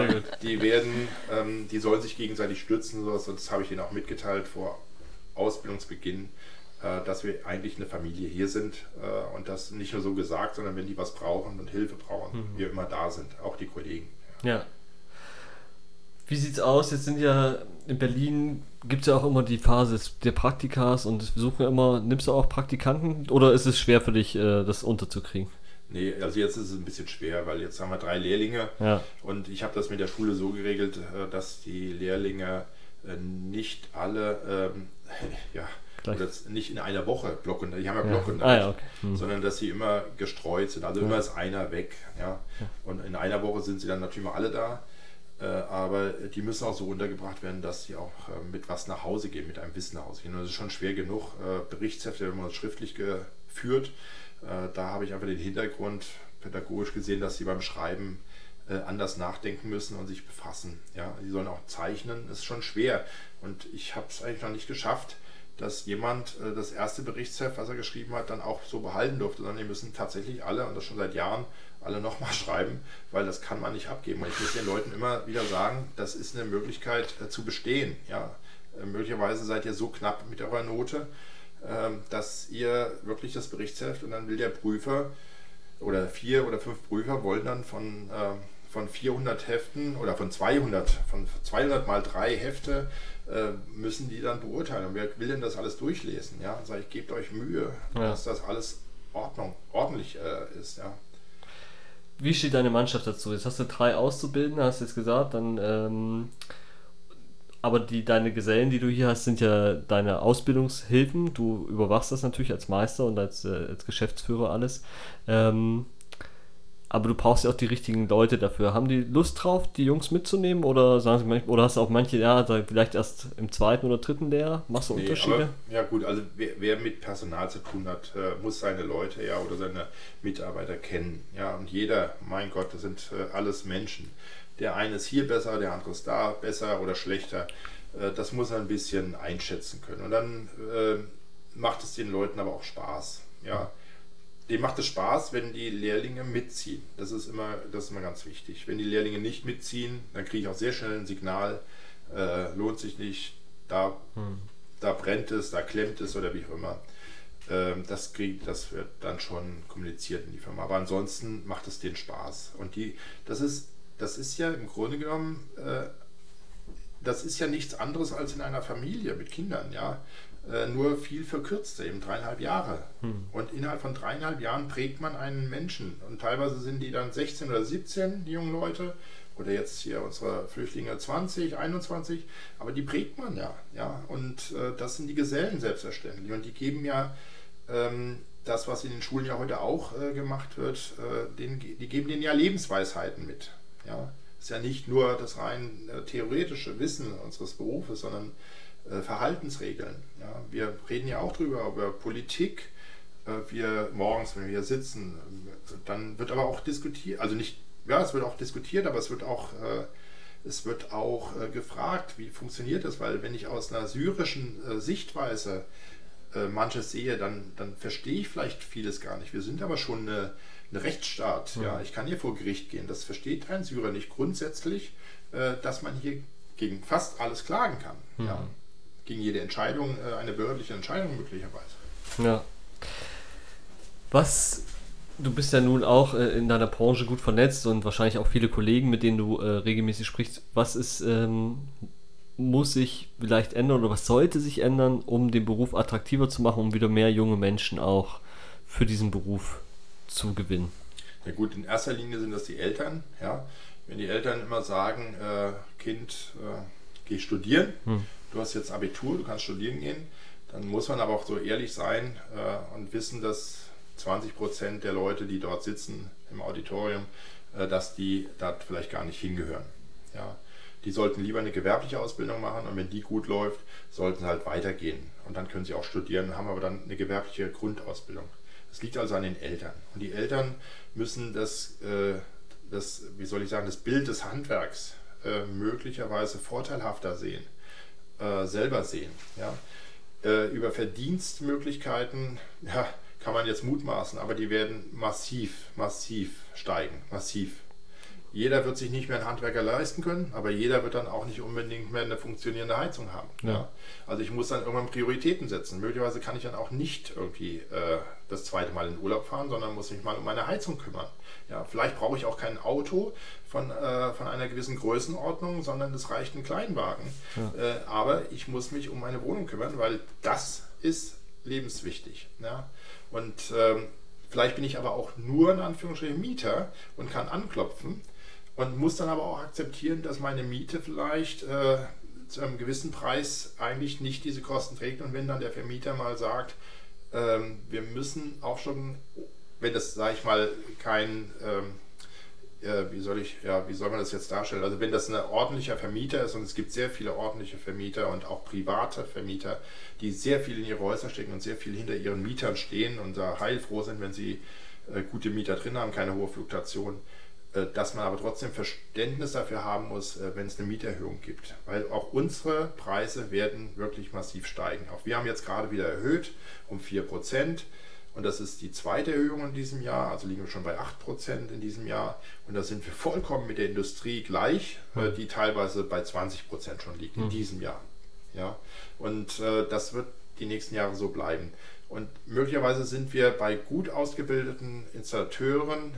die sollen sich gegenseitig stützen, und das habe ich denen auch mitgeteilt vor Ausbildungsbeginn, dass wir eigentlich eine Familie hier sind und das nicht nur so gesagt, sondern wenn die was brauchen und Hilfe brauchen, wir immer da sind, auch die Kollegen. Ja. Wie sieht's aus? Jetzt sind ja in Berlin, gibt es ja auch immer die Phase der Praktikas und wir suchen immer, nimmst du auch Praktikanten oder ist es schwer für dich, das unterzukriegen? Nee, also jetzt ist es ein bisschen schwer, weil jetzt haben wir 3 Lehrlinge und ich habe das mit der Schule so geregelt, dass die Lehrlinge nicht alle, oder nicht in einer Woche Blocken, die haben ja Blockunterricht, sondern dass sie immer gestreut sind, also immer ist einer weg. Ja? Und in einer Woche sind sie dann natürlich mal alle da, aber die müssen auch so untergebracht werden, dass sie auch mit was nach Hause gehen, mit einem Wissen nach Hause gehen. Und das ist schon schwer genug, Berichtshefte, wenn man das schriftlich geführt. Da habe ich einfach den Hintergrund pädagogisch gesehen, dass sie beim Schreiben anders nachdenken müssen und sich befassen. Ja? Die sollen auch zeichnen, das ist schon schwer. Und ich habe es eigentlich noch nicht geschafft, dass jemand das erste Berichtsheft, was er geschrieben hat, dann auch so behalten durfte, sondern die müssen tatsächlich alle, und das schon seit Jahren, alle nochmal schreiben, weil das kann man nicht abgeben. Und ich muss den Leuten immer wieder sagen, das ist eine Möglichkeit zu bestehen. Ja? Möglicherweise seid ihr so knapp mit eurer Note, dass ihr wirklich das Berichtsheft, und dann will der Prüfer oder 4 oder 5 Prüfer wollen dann von 400 Heften oder von 200 mal 3 Hefte müssen die dann beurteilen. Und wer will denn das alles durchlesen? Ja? Sag ich, gebt euch Mühe, dass das alles ordentlich ist. Ja. Wie steht deine Mannschaft dazu? Jetzt hast du 3 Auszubildende, hast du jetzt gesagt, dann aber deine Gesellen, die du hier hast, sind ja deine Ausbildungshilfen. Du überwachst das natürlich als Meister und als Geschäftsführer alles. Aber du brauchst ja auch die richtigen Leute dafür. Haben die Lust drauf, die Jungs mitzunehmen? Oder sagen sie manchmal, oder hast du auch manche, vielleicht erst im 2. oder 3. Lehrjahr? Machst du Unterschiede? Aber, ja gut, also wer mit Personal zu tun hat, muss seine Leute oder seine Mitarbeiter kennen. Ja, und jeder, mein Gott, das sind alles Menschen. Der eine ist hier besser, der andere ist da besser oder schlechter. Das muss er ein bisschen einschätzen können. Und dann macht es den Leuten aber auch Spaß. Ja. Dem macht es Spaß, wenn die Lehrlinge mitziehen. Das ist immer ganz wichtig. Wenn die Lehrlinge nicht mitziehen, dann kriege ich auch sehr schnell ein Signal, lohnt sich nicht, da brennt es, da klemmt es oder wie auch immer. Das wird dann schon kommuniziert in die Firma. Aber ansonsten macht es denen Spaß. Und das ist ja im Grunde genommen, das ist ja nichts anderes als in einer Familie mit Kindern, ja. Nur viel verkürzter, eben 3,5 Jahre. Und innerhalb von 3,5 Jahren prägt man einen Menschen. Und teilweise sind die dann 16 oder 17, die jungen Leute. Oder jetzt hier unsere Flüchtlinge 20, 21. Aber die prägt man ja. Und das sind die Gesellen selbstverständlich. Und die geben ja das, was in den Schulen ja heute auch gemacht wird, die geben denen ja Lebensweisheiten mit. Ja. Das ist ja nicht nur das rein theoretische Wissen unseres Berufes, sondern Verhaltensregeln. Ja. Wir reden ja auch über Politik. Wir morgens, wenn wir hier sitzen, dann wird aber auch diskutiert, also nicht, ja, es wird auch diskutiert, aber es wird auch gefragt, wie funktioniert das, weil wenn ich aus einer syrischen Sichtweise manches sehe, dann verstehe ich vielleicht vieles gar nicht. Wir sind aber schon ein Rechtsstaat. Ja. Ich kann hier vor Gericht gehen. Das versteht ein Syrer nicht grundsätzlich, dass man hier gegen fast alles klagen kann. Ja. Gegen jede Entscheidung, eine behördliche Entscheidung möglicherweise. Ja. Du bist ja nun auch in deiner Branche gut vernetzt und wahrscheinlich auch viele Kollegen, mit denen du regelmäßig sprichst. Was muss sich vielleicht ändern oder was sollte sich ändern, um den Beruf attraktiver zu machen, um wieder mehr junge Menschen auch für diesen Beruf zu gewinnen? Ja gut, in erster Linie sind das die Eltern. Ja. Wenn die Eltern immer sagen, Kind, geh studieren, du hast jetzt Abitur, du kannst studieren gehen, dann muss man aber auch so ehrlich sein und wissen, dass 20% der Leute, die dort sitzen im Auditorium, dass die da vielleicht gar nicht hingehören. Ja. Die sollten lieber eine gewerbliche Ausbildung machen und wenn die gut läuft, sollten sie halt weitergehen. Und dann können sie auch studieren, haben aber dann eine gewerbliche Grundausbildung. Das liegt also an den Eltern. Und die Eltern müssen das Bild des Handwerks möglicherweise vorteilhafter sehen, selber sehen. Ja. Über Verdienstmöglichkeiten kann man jetzt mutmaßen, aber die werden massiv steigen, massiv. Jeder wird sich nicht mehr einen Handwerker leisten können, aber jeder wird dann auch nicht unbedingt mehr eine funktionierende Heizung haben. Ja. Also ich muss dann irgendwann Prioritäten setzen. Möglicherweise kann ich dann auch nicht irgendwie das 2. Mal in Urlaub fahren, sondern muss mich mal um meine Heizung kümmern. Ja, vielleicht brauche ich auch kein Auto von einer gewissen Größenordnung, sondern es reicht ein Kleinwagen. Ja. Aber ich muss mich um meine Wohnung kümmern, weil das ist lebenswichtig. Ja. Und Vielleicht bin ich aber auch nur in Anführungsstrichen Mieter und kann anklopfen und muss dann aber auch akzeptieren, dass meine Miete vielleicht zu einem gewissen Preis eigentlich nicht diese Kosten trägt. Und wenn dann der Vermieter mal sagt, wir müssen aufstocken, wenn das, sage ich mal, kein, wie soll man das jetzt darstellen? Also wenn das ein ordentlicher Vermieter ist, und es gibt sehr viele ordentliche Vermieter und auch private Vermieter, die sehr viel in ihre Häuser stecken und sehr viel hinter ihren Mietern stehen und da heilfroh sind, wenn sie gute Mieter drin haben, keine hohe Fluktuation, dass man aber trotzdem Verständnis dafür haben muss, wenn es eine Mieterhöhung gibt. Weil auch unsere Preise werden wirklich massiv steigen. Auch wir haben jetzt gerade wieder erhöht um 4%. Und das ist die zweite Erhöhung in diesem Jahr, also liegen wir schon bei 8% in diesem Jahr. Und da sind wir vollkommen mit der Industrie gleich, die teilweise bei 20% schon liegt in diesem Jahr. Ja? Und das wird die nächsten Jahre so bleiben. Und möglicherweise sind wir bei gut ausgebildeten Installateuren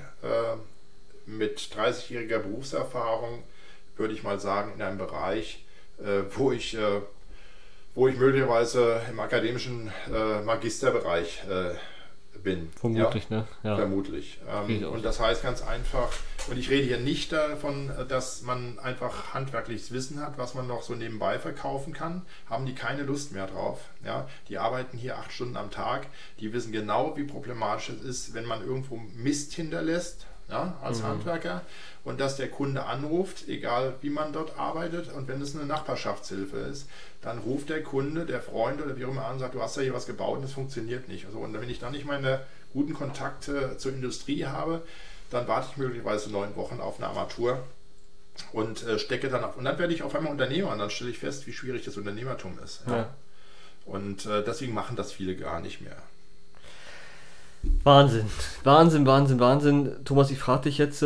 mit 30-jähriger Berufserfahrung, würde ich mal sagen, in einem Bereich, wo ich möglicherweise im akademischen Magisterbereich bin. Vermutlich, ja? Ne? Ja. Vermutlich. Und das heißt ganz einfach, und ich rede hier nicht davon, dass man einfach handwerkliches Wissen hat, was man noch so nebenbei verkaufen kann, haben die keine Lust mehr drauf. Ja? Die arbeiten hier 8 Stunden am Tag, die wissen genau, wie problematisch es ist, wenn man irgendwo Mist hinterlässt, ja, als Handwerker, und dass der Kunde anruft, egal wie man dort arbeitet, und wenn es eine Nachbarschaftshilfe ist, dann ruft der Kunde, der Freund oder wie auch immer an und sagt, du hast ja hier was gebaut und es funktioniert nicht. Also, und wenn ich dann nicht meine guten Kontakte zur Industrie habe, dann warte ich möglicherweise 9 Wochen auf eine Armatur und stecke dann auf. Und dann werde ich auf einmal Unternehmer und dann stelle ich fest, wie schwierig das Unternehmertum ist. Ja. Ja. Und deswegen machen das viele gar nicht mehr. Wahnsinn. Thomas, ich frage dich jetzt,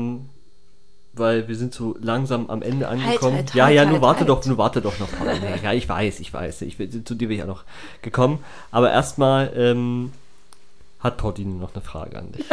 weil wir sind so langsam am Ende angekommen. Nur warte doch noch. Ja, ich weiß. Zu dir bin ich ja noch gekommen. Aber erstmal hat Pauline noch eine Frage an dich.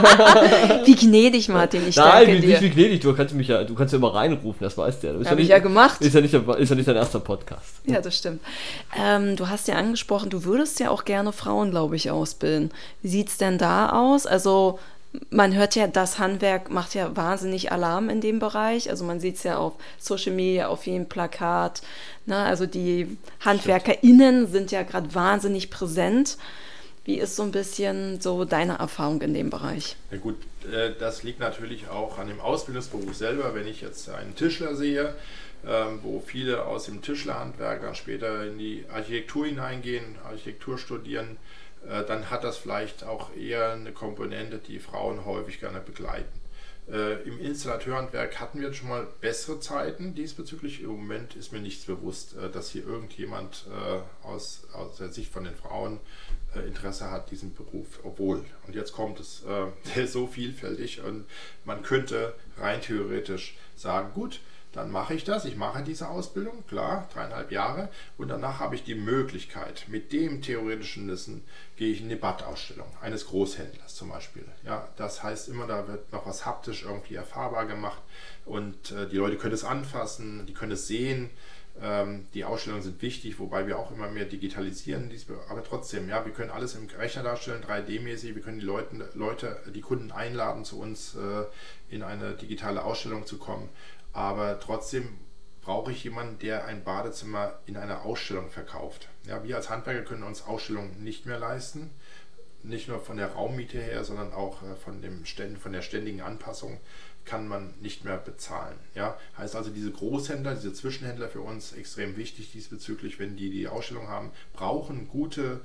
Wie gnädig, Martin, ich danke dir. Nicht wie gnädig, du kannst ja immer reinrufen, das weißt du ja. Habe ich ja gemacht. Ist ja nicht dein erster Podcast. Ja, das stimmt. Du hast ja angesprochen, du würdest ja auch gerne Frauen, glaube ich, ausbilden. Wie sieht es denn da aus? Also man hört ja, das Handwerk macht ja wahnsinnig Alarm in dem Bereich. Also man sieht es ja auf Social Media, auf jedem Plakat. Ne? Also die HandwerkerInnen sind ja gerade wahnsinnig präsent. Wie ist so ein bisschen so deine Erfahrung in dem Bereich? Ja gut, das liegt natürlich auch an dem Ausbildungsberuf selber. Wenn ich jetzt einen Tischler sehe, wo viele aus dem Tischlerhandwerk dann später in die Architektur hineingehen, Architektur studieren, dann hat das vielleicht auch eher eine Komponente, die Frauen häufig gerne begleiten. Im Installateurhandwerk hatten wir jetzt schon mal bessere Zeiten diesbezüglich. Im Moment ist mir nichts bewusst, dass hier irgendjemand aus der Sicht von den Frauen Interesse hat, diesen Beruf. Obwohl, und jetzt kommt es, der ist so vielfältig und man könnte rein theoretisch sagen, gut, dann mache ich das, ich mache diese Ausbildung, klar, 3,5 Jahre, und danach habe ich die Möglichkeit, mit dem theoretischen Wissen gehe ich in eine Badausstellung eines Großhändlers zum Beispiel. Ja, das heißt immer, da wird noch was haptisch irgendwie erfahrbar gemacht und die Leute können es anfassen, die können es sehen. Die Ausstellungen sind wichtig, wobei wir auch immer mehr digitalisieren, aber trotzdem, ja, wir können alles im Rechner darstellen, 3D-mäßig, wir können die Kunden einladen, zu uns in eine digitale Ausstellung zu kommen. Aber trotzdem brauche ich jemanden, der ein Badezimmer in einer Ausstellung verkauft. Ja, wir als Handwerker können uns Ausstellungen nicht mehr leisten. Nicht nur von der Raummiete her, sondern auch von der ständigen Anpassung kann man nicht mehr bezahlen. Ja, heißt also, diese Großhändler, diese Zwischenhändler für uns extrem wichtig diesbezüglich, wenn die Ausstellung haben, brauchen gute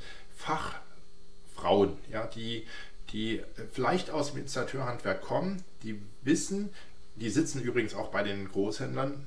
Fachfrauen, ja, die vielleicht aus dem Installateurhandwerk kommen, die wissen. Die sitzen übrigens auch bei den Großhändlern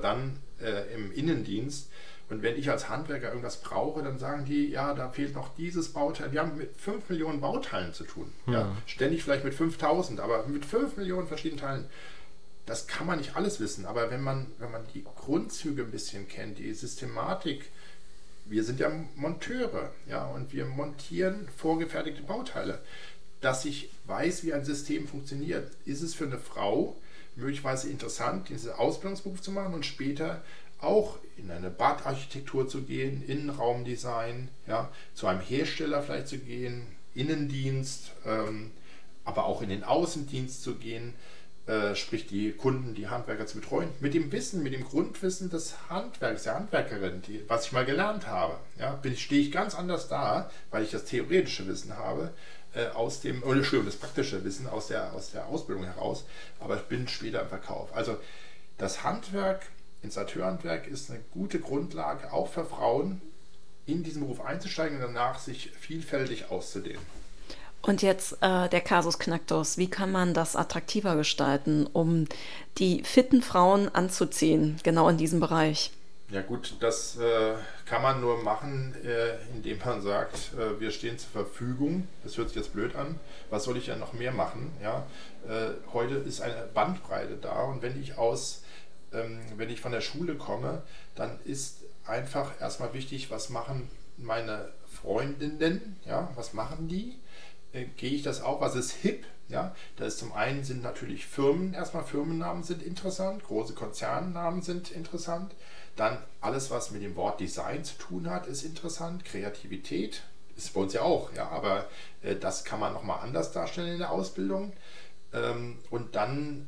im Innendienst. Und wenn ich als Handwerker irgendwas brauche, dann sagen die, ja, da fehlt noch dieses Bauteil. Wir haben mit 5 Millionen Bauteilen zu tun. Ja, ständig vielleicht mit 5.000, aber mit 5 Millionen verschiedenen Teilen. Das kann man nicht alles wissen. Aber wenn man die Grundzüge ein bisschen kennt, die Systematik, wir sind ja Monteure, ja, und wir montieren vorgefertigte Bauteile. Dass ich weiß, wie ein System funktioniert, ist es für eine Frau möglicherweise interessant, diesen Ausbildungsberuf zu machen und später auch in eine Badarchitektur zu gehen, Innenraumdesign, ja, zu einem Hersteller vielleicht zu gehen, Innendienst, aber auch in den Außendienst zu gehen, sprich die Kunden, die Handwerker zu betreuen, mit dem Wissen, mit dem Grundwissen des Handwerks, der Handwerkerin, was ich mal gelernt habe. Ja, stehe ich ganz anders da, weil ich das theoretische Wissen habe, das praktische Wissen aus der Ausbildung heraus, aber ich bin später im Verkauf. Also das Handwerk, Installateurhandwerk ist eine gute Grundlage, auch für Frauen, in diesen Beruf einzusteigen und danach sich vielfältig auszudehnen. Und jetzt der Kasus Knacktus. Wie kann man das attraktiver gestalten, um die fitten Frauen anzuziehen, genau in diesem Bereich? Ja gut, das kann man nur machen, indem man sagt, wir stehen zur Verfügung. Das hört sich jetzt blöd an. Was soll ich ja noch mehr machen? Ja? Heute ist eine Bandbreite da und wenn ich von der Schule komme, dann ist einfach erstmal wichtig, was machen meine Freundinnen, ja? Was machen die? Gehe ich das auch? Was ist hip? Ja, da ist zum einen sind natürlich Firmennamen sind interessant, große Konzernnamen sind interessant. Dann alles, was mit dem Wort Design zu tun hat, ist interessant. Kreativität ist bei uns ja auch, ja, aber das kann man nochmal anders darstellen in der Ausbildung. Und dann,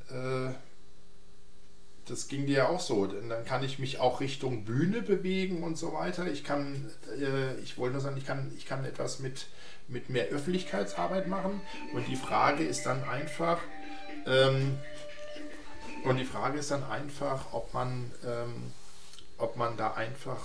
das ging dir ja auch so, dann kann ich mich auch Richtung Bühne bewegen und so weiter. Ich wollte nur sagen, ich kann etwas mit mehr Öffentlichkeitsarbeit machen und die Frage ist dann einfach, ob man da einfach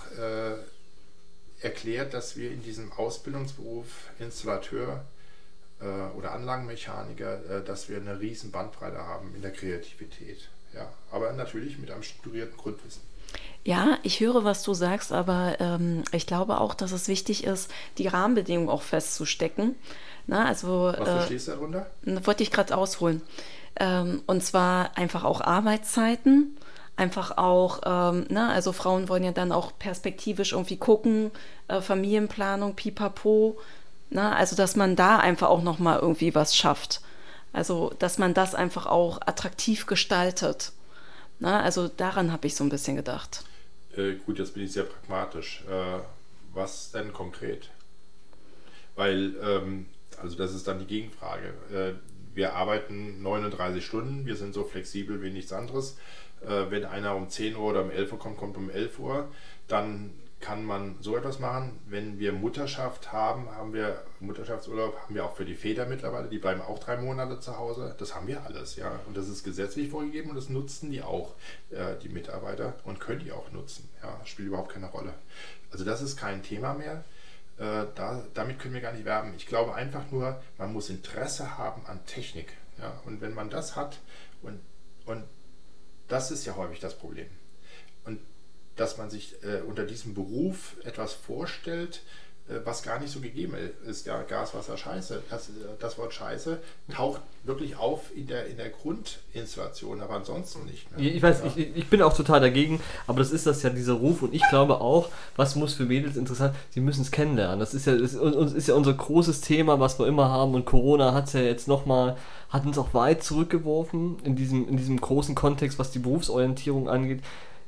erklärt, dass wir in diesem Ausbildungsberuf Installateur oder Anlagenmechaniker, dass wir eine riesen Bandbreite haben in der Kreativität. Ja, aber natürlich mit einem strukturierten Grundwissen. Ja, ich höre, was du sagst, aber ich glaube auch, dass es wichtig ist, die Rahmenbedingungen auch festzustecken. Na, also, was verstehst du darunter? Wollte ich gerade ausholen. Und zwar einfach auch Arbeitszeiten, einfach auch, also Frauen wollen ja dann auch perspektivisch irgendwie gucken, Familienplanung, pipapo, also dass man da einfach auch nochmal irgendwie was schafft. Also, dass man das einfach auch attraktiv gestaltet. Also daran habe ich so ein bisschen gedacht. Gut, jetzt bin ich sehr pragmatisch. Was denn konkret? Weil, also das ist dann die Gegenfrage. Wir arbeiten 39 Stunden, wir sind so flexibel wie nichts anderes. Wenn einer um 10 Uhr oder um 11 Uhr kommt um 11 Uhr, dann kann man so etwas machen. Wenn wir Mutterschaft haben, Mutterschaftsurlaub haben wir auch für die Väter mittlerweile, die bleiben auch 3 Monate zu Hause. Das haben wir alles, ja. Und das ist gesetzlich vorgegeben und das nutzen die auch, die Mitarbeiter, und können die auch nutzen. Ja, das spielt überhaupt keine Rolle. Also das ist kein Thema mehr. Damit können wir gar nicht werben. Ich glaube einfach nur, man muss Interesse haben an Technik. Ja? Und wenn man das hat, und das ist ja häufig das Problem. Und dass man sich unter diesem Beruf etwas vorstellt, was gar nicht so gegeben ist. Ja, Gas, Wasser, Scheiße. Das Wort Scheiße taucht wirklich auf in der Grundinstallation, aber ansonsten nicht mehr. Ich weiß, ich bin auch total dagegen, aber das ist das ja, dieser Ruf, und ich glaube auch, was muss für Mädels interessant, sie müssen es kennenlernen. Das ist ja unser großes Thema, was wir immer haben, und Corona hat uns auch weit zurückgeworfen in diesem großen Kontext, was die Berufsorientierung angeht.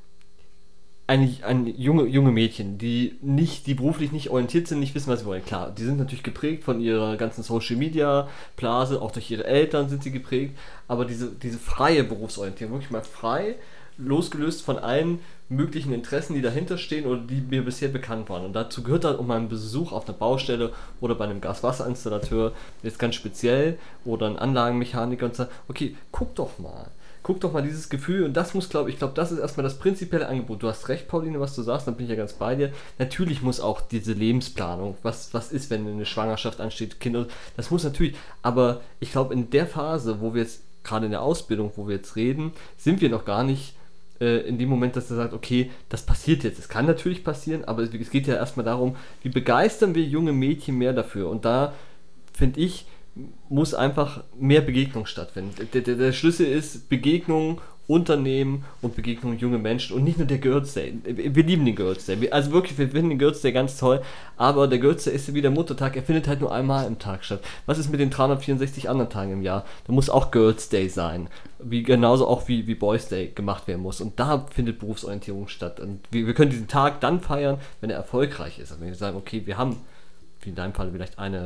Eine junge Mädchen, die beruflich nicht orientiert sind, nicht wissen, was sie wollen. Klar, die sind natürlich geprägt von ihrer ganzen Social-Media-Blase, auch durch ihre Eltern sind sie geprägt, aber diese freie Berufsorientierung, wirklich mal frei, losgelöst von allen möglichen Interessen, die dahinter stehen oder die mir bisher bekannt waren. Und dazu gehört dann auch mal ein Besuch auf einer Baustelle oder bei einem Gas-Wasser-Installateur, jetzt ganz speziell, oder ein Anlagenmechaniker, und sagt, okay, guck doch mal dieses Gefühl, und das muss, ich glaube, das ist erstmal das prinzipielle Angebot. Du hast recht, Pauline, was du sagst, dann bin ich ja ganz bei dir. Natürlich muss auch diese Lebensplanung, was ist, wenn eine Schwangerschaft ansteht, Kinder, das muss natürlich, aber ich glaube, in der Phase, wo wir jetzt, gerade in der Ausbildung, wo wir jetzt reden, sind wir noch gar nicht in dem Moment, dass er sagt, okay, das passiert jetzt. Es kann natürlich passieren, aber es geht ja erstmal darum, wie begeistern wir junge Mädchen mehr dafür, und da, finde ich, muss einfach mehr Begegnung stattfinden. Der Schlüssel ist Begegnung, Unternehmen und Begegnung junge Menschen, und nicht nur der Girls Day. Wir lieben den Girls Day. Also wirklich, wir finden den Girls Day ganz toll, aber der Girls Day ist ja wie der Muttertag, er findet halt nur einmal im Tag statt. Was ist mit den 364 anderen Tagen im Jahr? Da muss auch Girls Day sein. Genauso auch wie Boys Day gemacht werden muss. Und da findet Berufsorientierung statt. Und wir können diesen Tag dann feiern, wenn er erfolgreich ist. Also wenn wir sagen, okay, wir haben, wie in deinem Fall, vielleicht eine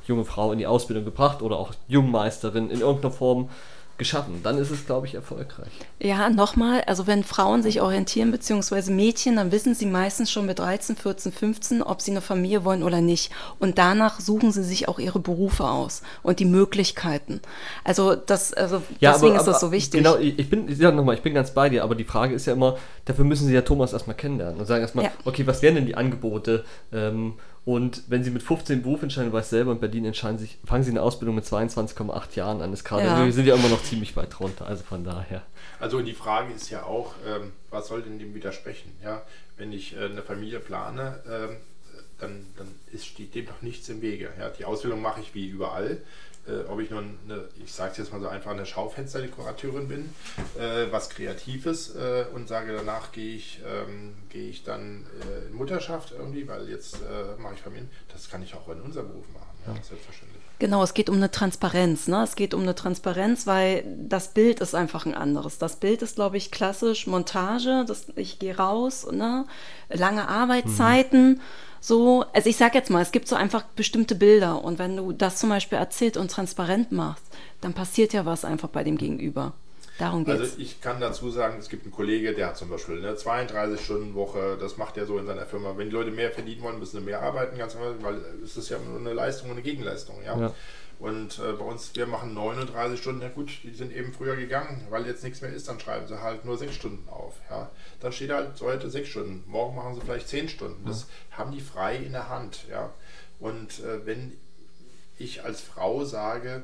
junge Frau in die Ausbildung gebracht oder auch Jungmeisterin in irgendeiner Form geschaffen. Dann ist es, glaube ich, erfolgreich. Ja, nochmal, also wenn Frauen sich orientieren, beziehungsweise Mädchen, dann wissen sie meistens schon mit 13, 14, 15, ob sie eine Familie wollen oder nicht. Und danach suchen sie sich auch ihre Berufe aus und die Möglichkeiten. Deswegen ist das so wichtig. Genau, ich bin ganz bei dir, aber die Frage ist ja immer, dafür müssen sie ja Thomas erstmal kennenlernen und sagen erstmal, okay, was wären denn die Angebote? Und wenn sie mit 15 Beruf entscheiden, weiß selber, in Berlin fangen sie eine Ausbildung mit 22,8 Jahren an. Wir sind ja immer noch ziemlich weit drunter, also von daher. Also die Frage ist ja auch, was soll denn dem widersprechen? Ja? Wenn ich eine Familie plane, dann steht dem doch nichts im Wege. Ja? Die Ausbildung mache ich wie überall. Ob ich nun ich sage es jetzt mal so einfach, eine Schaufensterdekorateurin bin, was Kreatives und sage, danach gehe ich dann in Mutterschaft irgendwie, weil jetzt mache ich Familien. Das kann ich auch in unserem Beruf machen, ja, selbstverständlich. Genau, es geht um eine Transparenz. Ne? Es geht um eine Transparenz, weil das Bild ist einfach ein anderes. Das Bild ist, glaube ich, klassisch Montage. Ich gehe raus, ne? Lange Arbeitszeiten. So, also ich sage jetzt mal, es gibt so einfach bestimmte Bilder. Und wenn du das zum Beispiel erzählt und transparent machst, dann passiert ja was einfach bei dem Gegenüber. Darum geht's. Also ich kann dazu sagen, es gibt einen Kollege, der hat zum Beispiel eine 32-Stunden-Woche, das macht er so in seiner Firma. Wenn die Leute mehr verdienen wollen, müssen sie mehr arbeiten, ganz einfach, weil es ist ja nur eine Leistung und eine Gegenleistung. Ja? Und bei uns, wir machen 39 Stunden, ja gut, die sind eben früher gegangen, weil jetzt nichts mehr ist, dann schreiben sie halt nur 6 Stunden auf. Ja? Dann steht halt heute 6 Stunden, morgen machen sie vielleicht 10 Stunden. Das haben die frei in der Hand. Ja? Und wenn ich als Frau sage,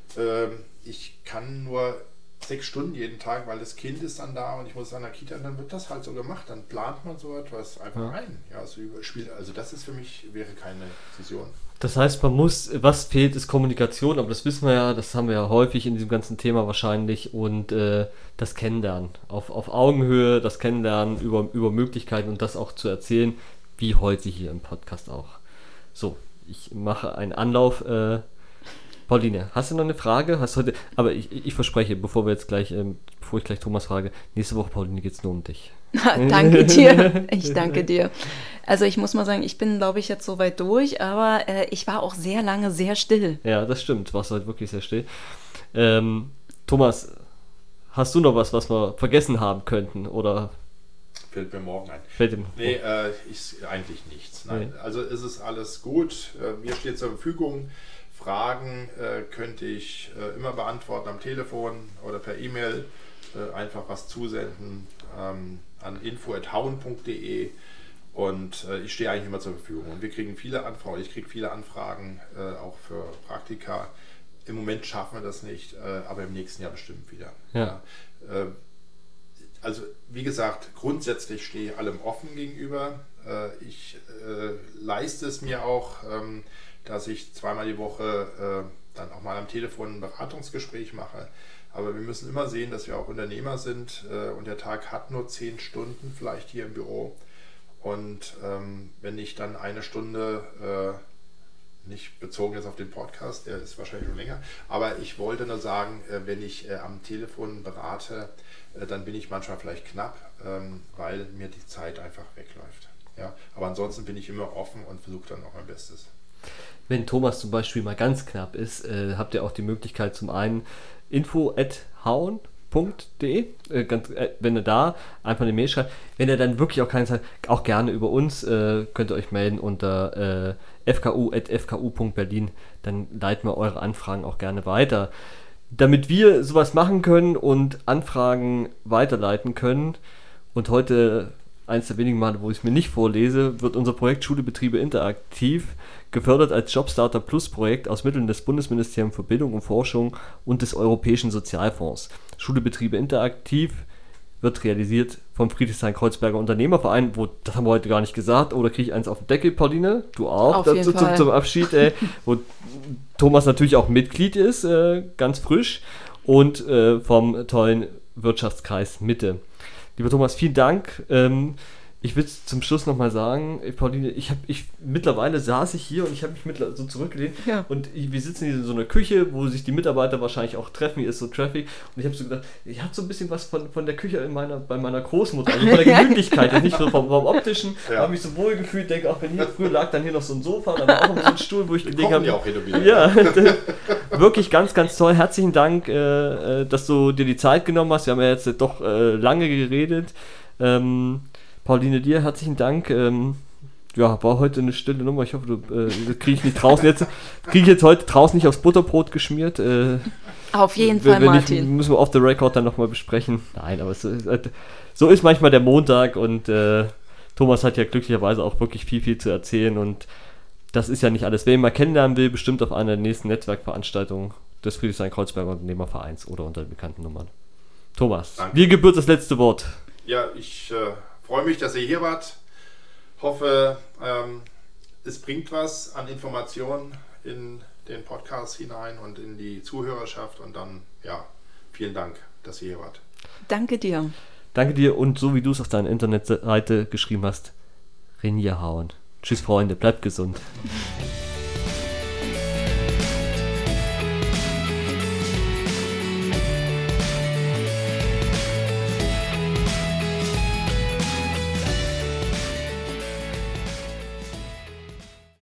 ich kann nur 6 Stunden jeden Tag, weil das Kind ist dann da und ich muss an der Kita, dann wird das halt so gemacht, dann plant man so etwas einfach ein. Ja, also das ist für mich, wäre keine Decision. Das heißt, was fehlt, ist Kommunikation, aber das wissen wir ja, das haben wir ja häufig in diesem ganzen Thema wahrscheinlich und das Kennenlernen, auf Augenhöhe, das Kennenlernen über Möglichkeiten und das auch zu erzählen, wie heute hier im Podcast auch. So, ich mache einen Anlauf. Pauline, hast du noch eine Frage? Aber ich verspreche, bevor ich gleich Thomas frage, nächste Woche, Pauline, geht es nur um dich. Danke dir. Ich danke dir. Also ich muss mal sagen, ich bin, glaube ich, jetzt so weit durch, aber ich war auch sehr lange sehr still. Ja, das stimmt. Warst du halt wirklich sehr still. Thomas, hast du noch was wir vergessen haben könnten? Oder? Fällt mir morgen ein. Nee, eigentlich nichts. Nein. Also ist es alles gut. Mir steht zur Verfügung. Fragen könnte ich immer beantworten am Telefon oder per E-Mail. Einfach was zusenden an info@hauen.de und ich stehe eigentlich immer zur Verfügung. Und ich kriege viele Anfragen auch für Praktika. Im Moment schaffen wir das nicht, aber im nächsten Jahr bestimmt wieder. Ja. Also wie gesagt, grundsätzlich stehe ich allem offen gegenüber. Ich leiste es mir auch, dass ich zweimal die Woche dann auch mal am Telefon ein Beratungsgespräch mache. Aber wir müssen immer sehen, dass wir auch Unternehmer sind und der Tag hat nur 10 Stunden vielleicht hier im Büro. Und wenn ich dann eine Stunde, nicht bezogen jetzt auf den Podcast, der ist wahrscheinlich schon länger, aber ich wollte nur sagen, wenn ich am Telefon berate, dann bin ich manchmal vielleicht knapp, weil mir die Zeit einfach wegläuft. Ja? Aber ansonsten bin ich immer offen und versuche dann auch mein Bestes. Wenn Thomas zum Beispiel mal ganz knapp ist, habt ihr auch die Möglichkeit zum einen info@hauen.de, wenn ihr da einfach eine Mail schreibt. Wenn ihr dann wirklich auch keine Zeit, auch gerne über uns, könnt ihr euch melden unter fku@fku.berlin, dann leiten wir eure Anfragen auch gerne weiter. Damit wir sowas machen können und Anfragen weiterleiten können und heute eins der wenigen Male, wo ich es mir nicht vorlese, wird unser Projekt Schule Betriebe interaktiv gefördert als Jobstarter Plus Projekt aus Mitteln des Bundesministeriums für Bildung und Forschung und des Europäischen Sozialfonds. Schule Betriebe interaktiv wird realisiert vom Friedrichshain-Kreuzberger Unternehmerverein, das haben wir heute gar nicht gesagt, oder kriege ich eins auf den Deckel, Pauline? Du auch, zum Abschied, wo Thomas natürlich auch Mitglied ist, ganz frisch, und vom tollen Wirtschaftskreis Mitte. Lieber Thomas, vielen Dank. Ich will zum Schluss nochmal sagen, Pauline, mittlerweile saß ich hier und ich habe mich so zurückgelehnt und wir sitzen hier in so einer Küche, wo sich die Mitarbeiter wahrscheinlich auch treffen, hier ist so Traffic und ich habe so gedacht, ich habe so ein bisschen was von der Küche bei meiner Großmutter, also von der Gemütlichkeit, nicht so vom Optischen, habe mich so wohl gefühlt, denke auch, wenn hier früher lag dann hier noch so ein Sofa, dann war auch noch so ein Stuhl, wo ich gelegen habe. Auch wieder. Ja, wirklich ganz, ganz toll, herzlichen Dank, dass du dir die Zeit genommen hast, wir haben ja jetzt doch lange geredet. Pauline, dir herzlichen Dank. War heute eine stille Nummer. Ich hoffe, das kriege ich nicht draußen jetzt. Kriege ich jetzt heute draußen nicht aufs Butterbrot geschmiert. Auf jeden Fall, Martin. Nicht, müssen wir off the record dann nochmal besprechen. Nein, aber so ist manchmal der Montag und Thomas hat ja glücklicherweise auch wirklich viel, viel zu erzählen und das ist ja nicht alles. Wer ihn mal kennenlernen will, bestimmt auf einer der nächsten Netzwerkveranstaltungen des Friedrichshain-Kreuzberger Unternehmervereins oder unter den bekannten Nummern. Thomas, dir gebührt das letzte Wort. Ja, ich freue mich, dass ihr hier wart. Hoffe, es bringt was an Informationen in den Podcast hinein und in die Zuhörerschaft. Und dann, vielen Dank, dass ihr hier wart. Danke dir. Danke dir und so wie du es auf deiner Internetseite geschrieben hast, Renier hauen. Tschüss Freunde, bleibt gesund.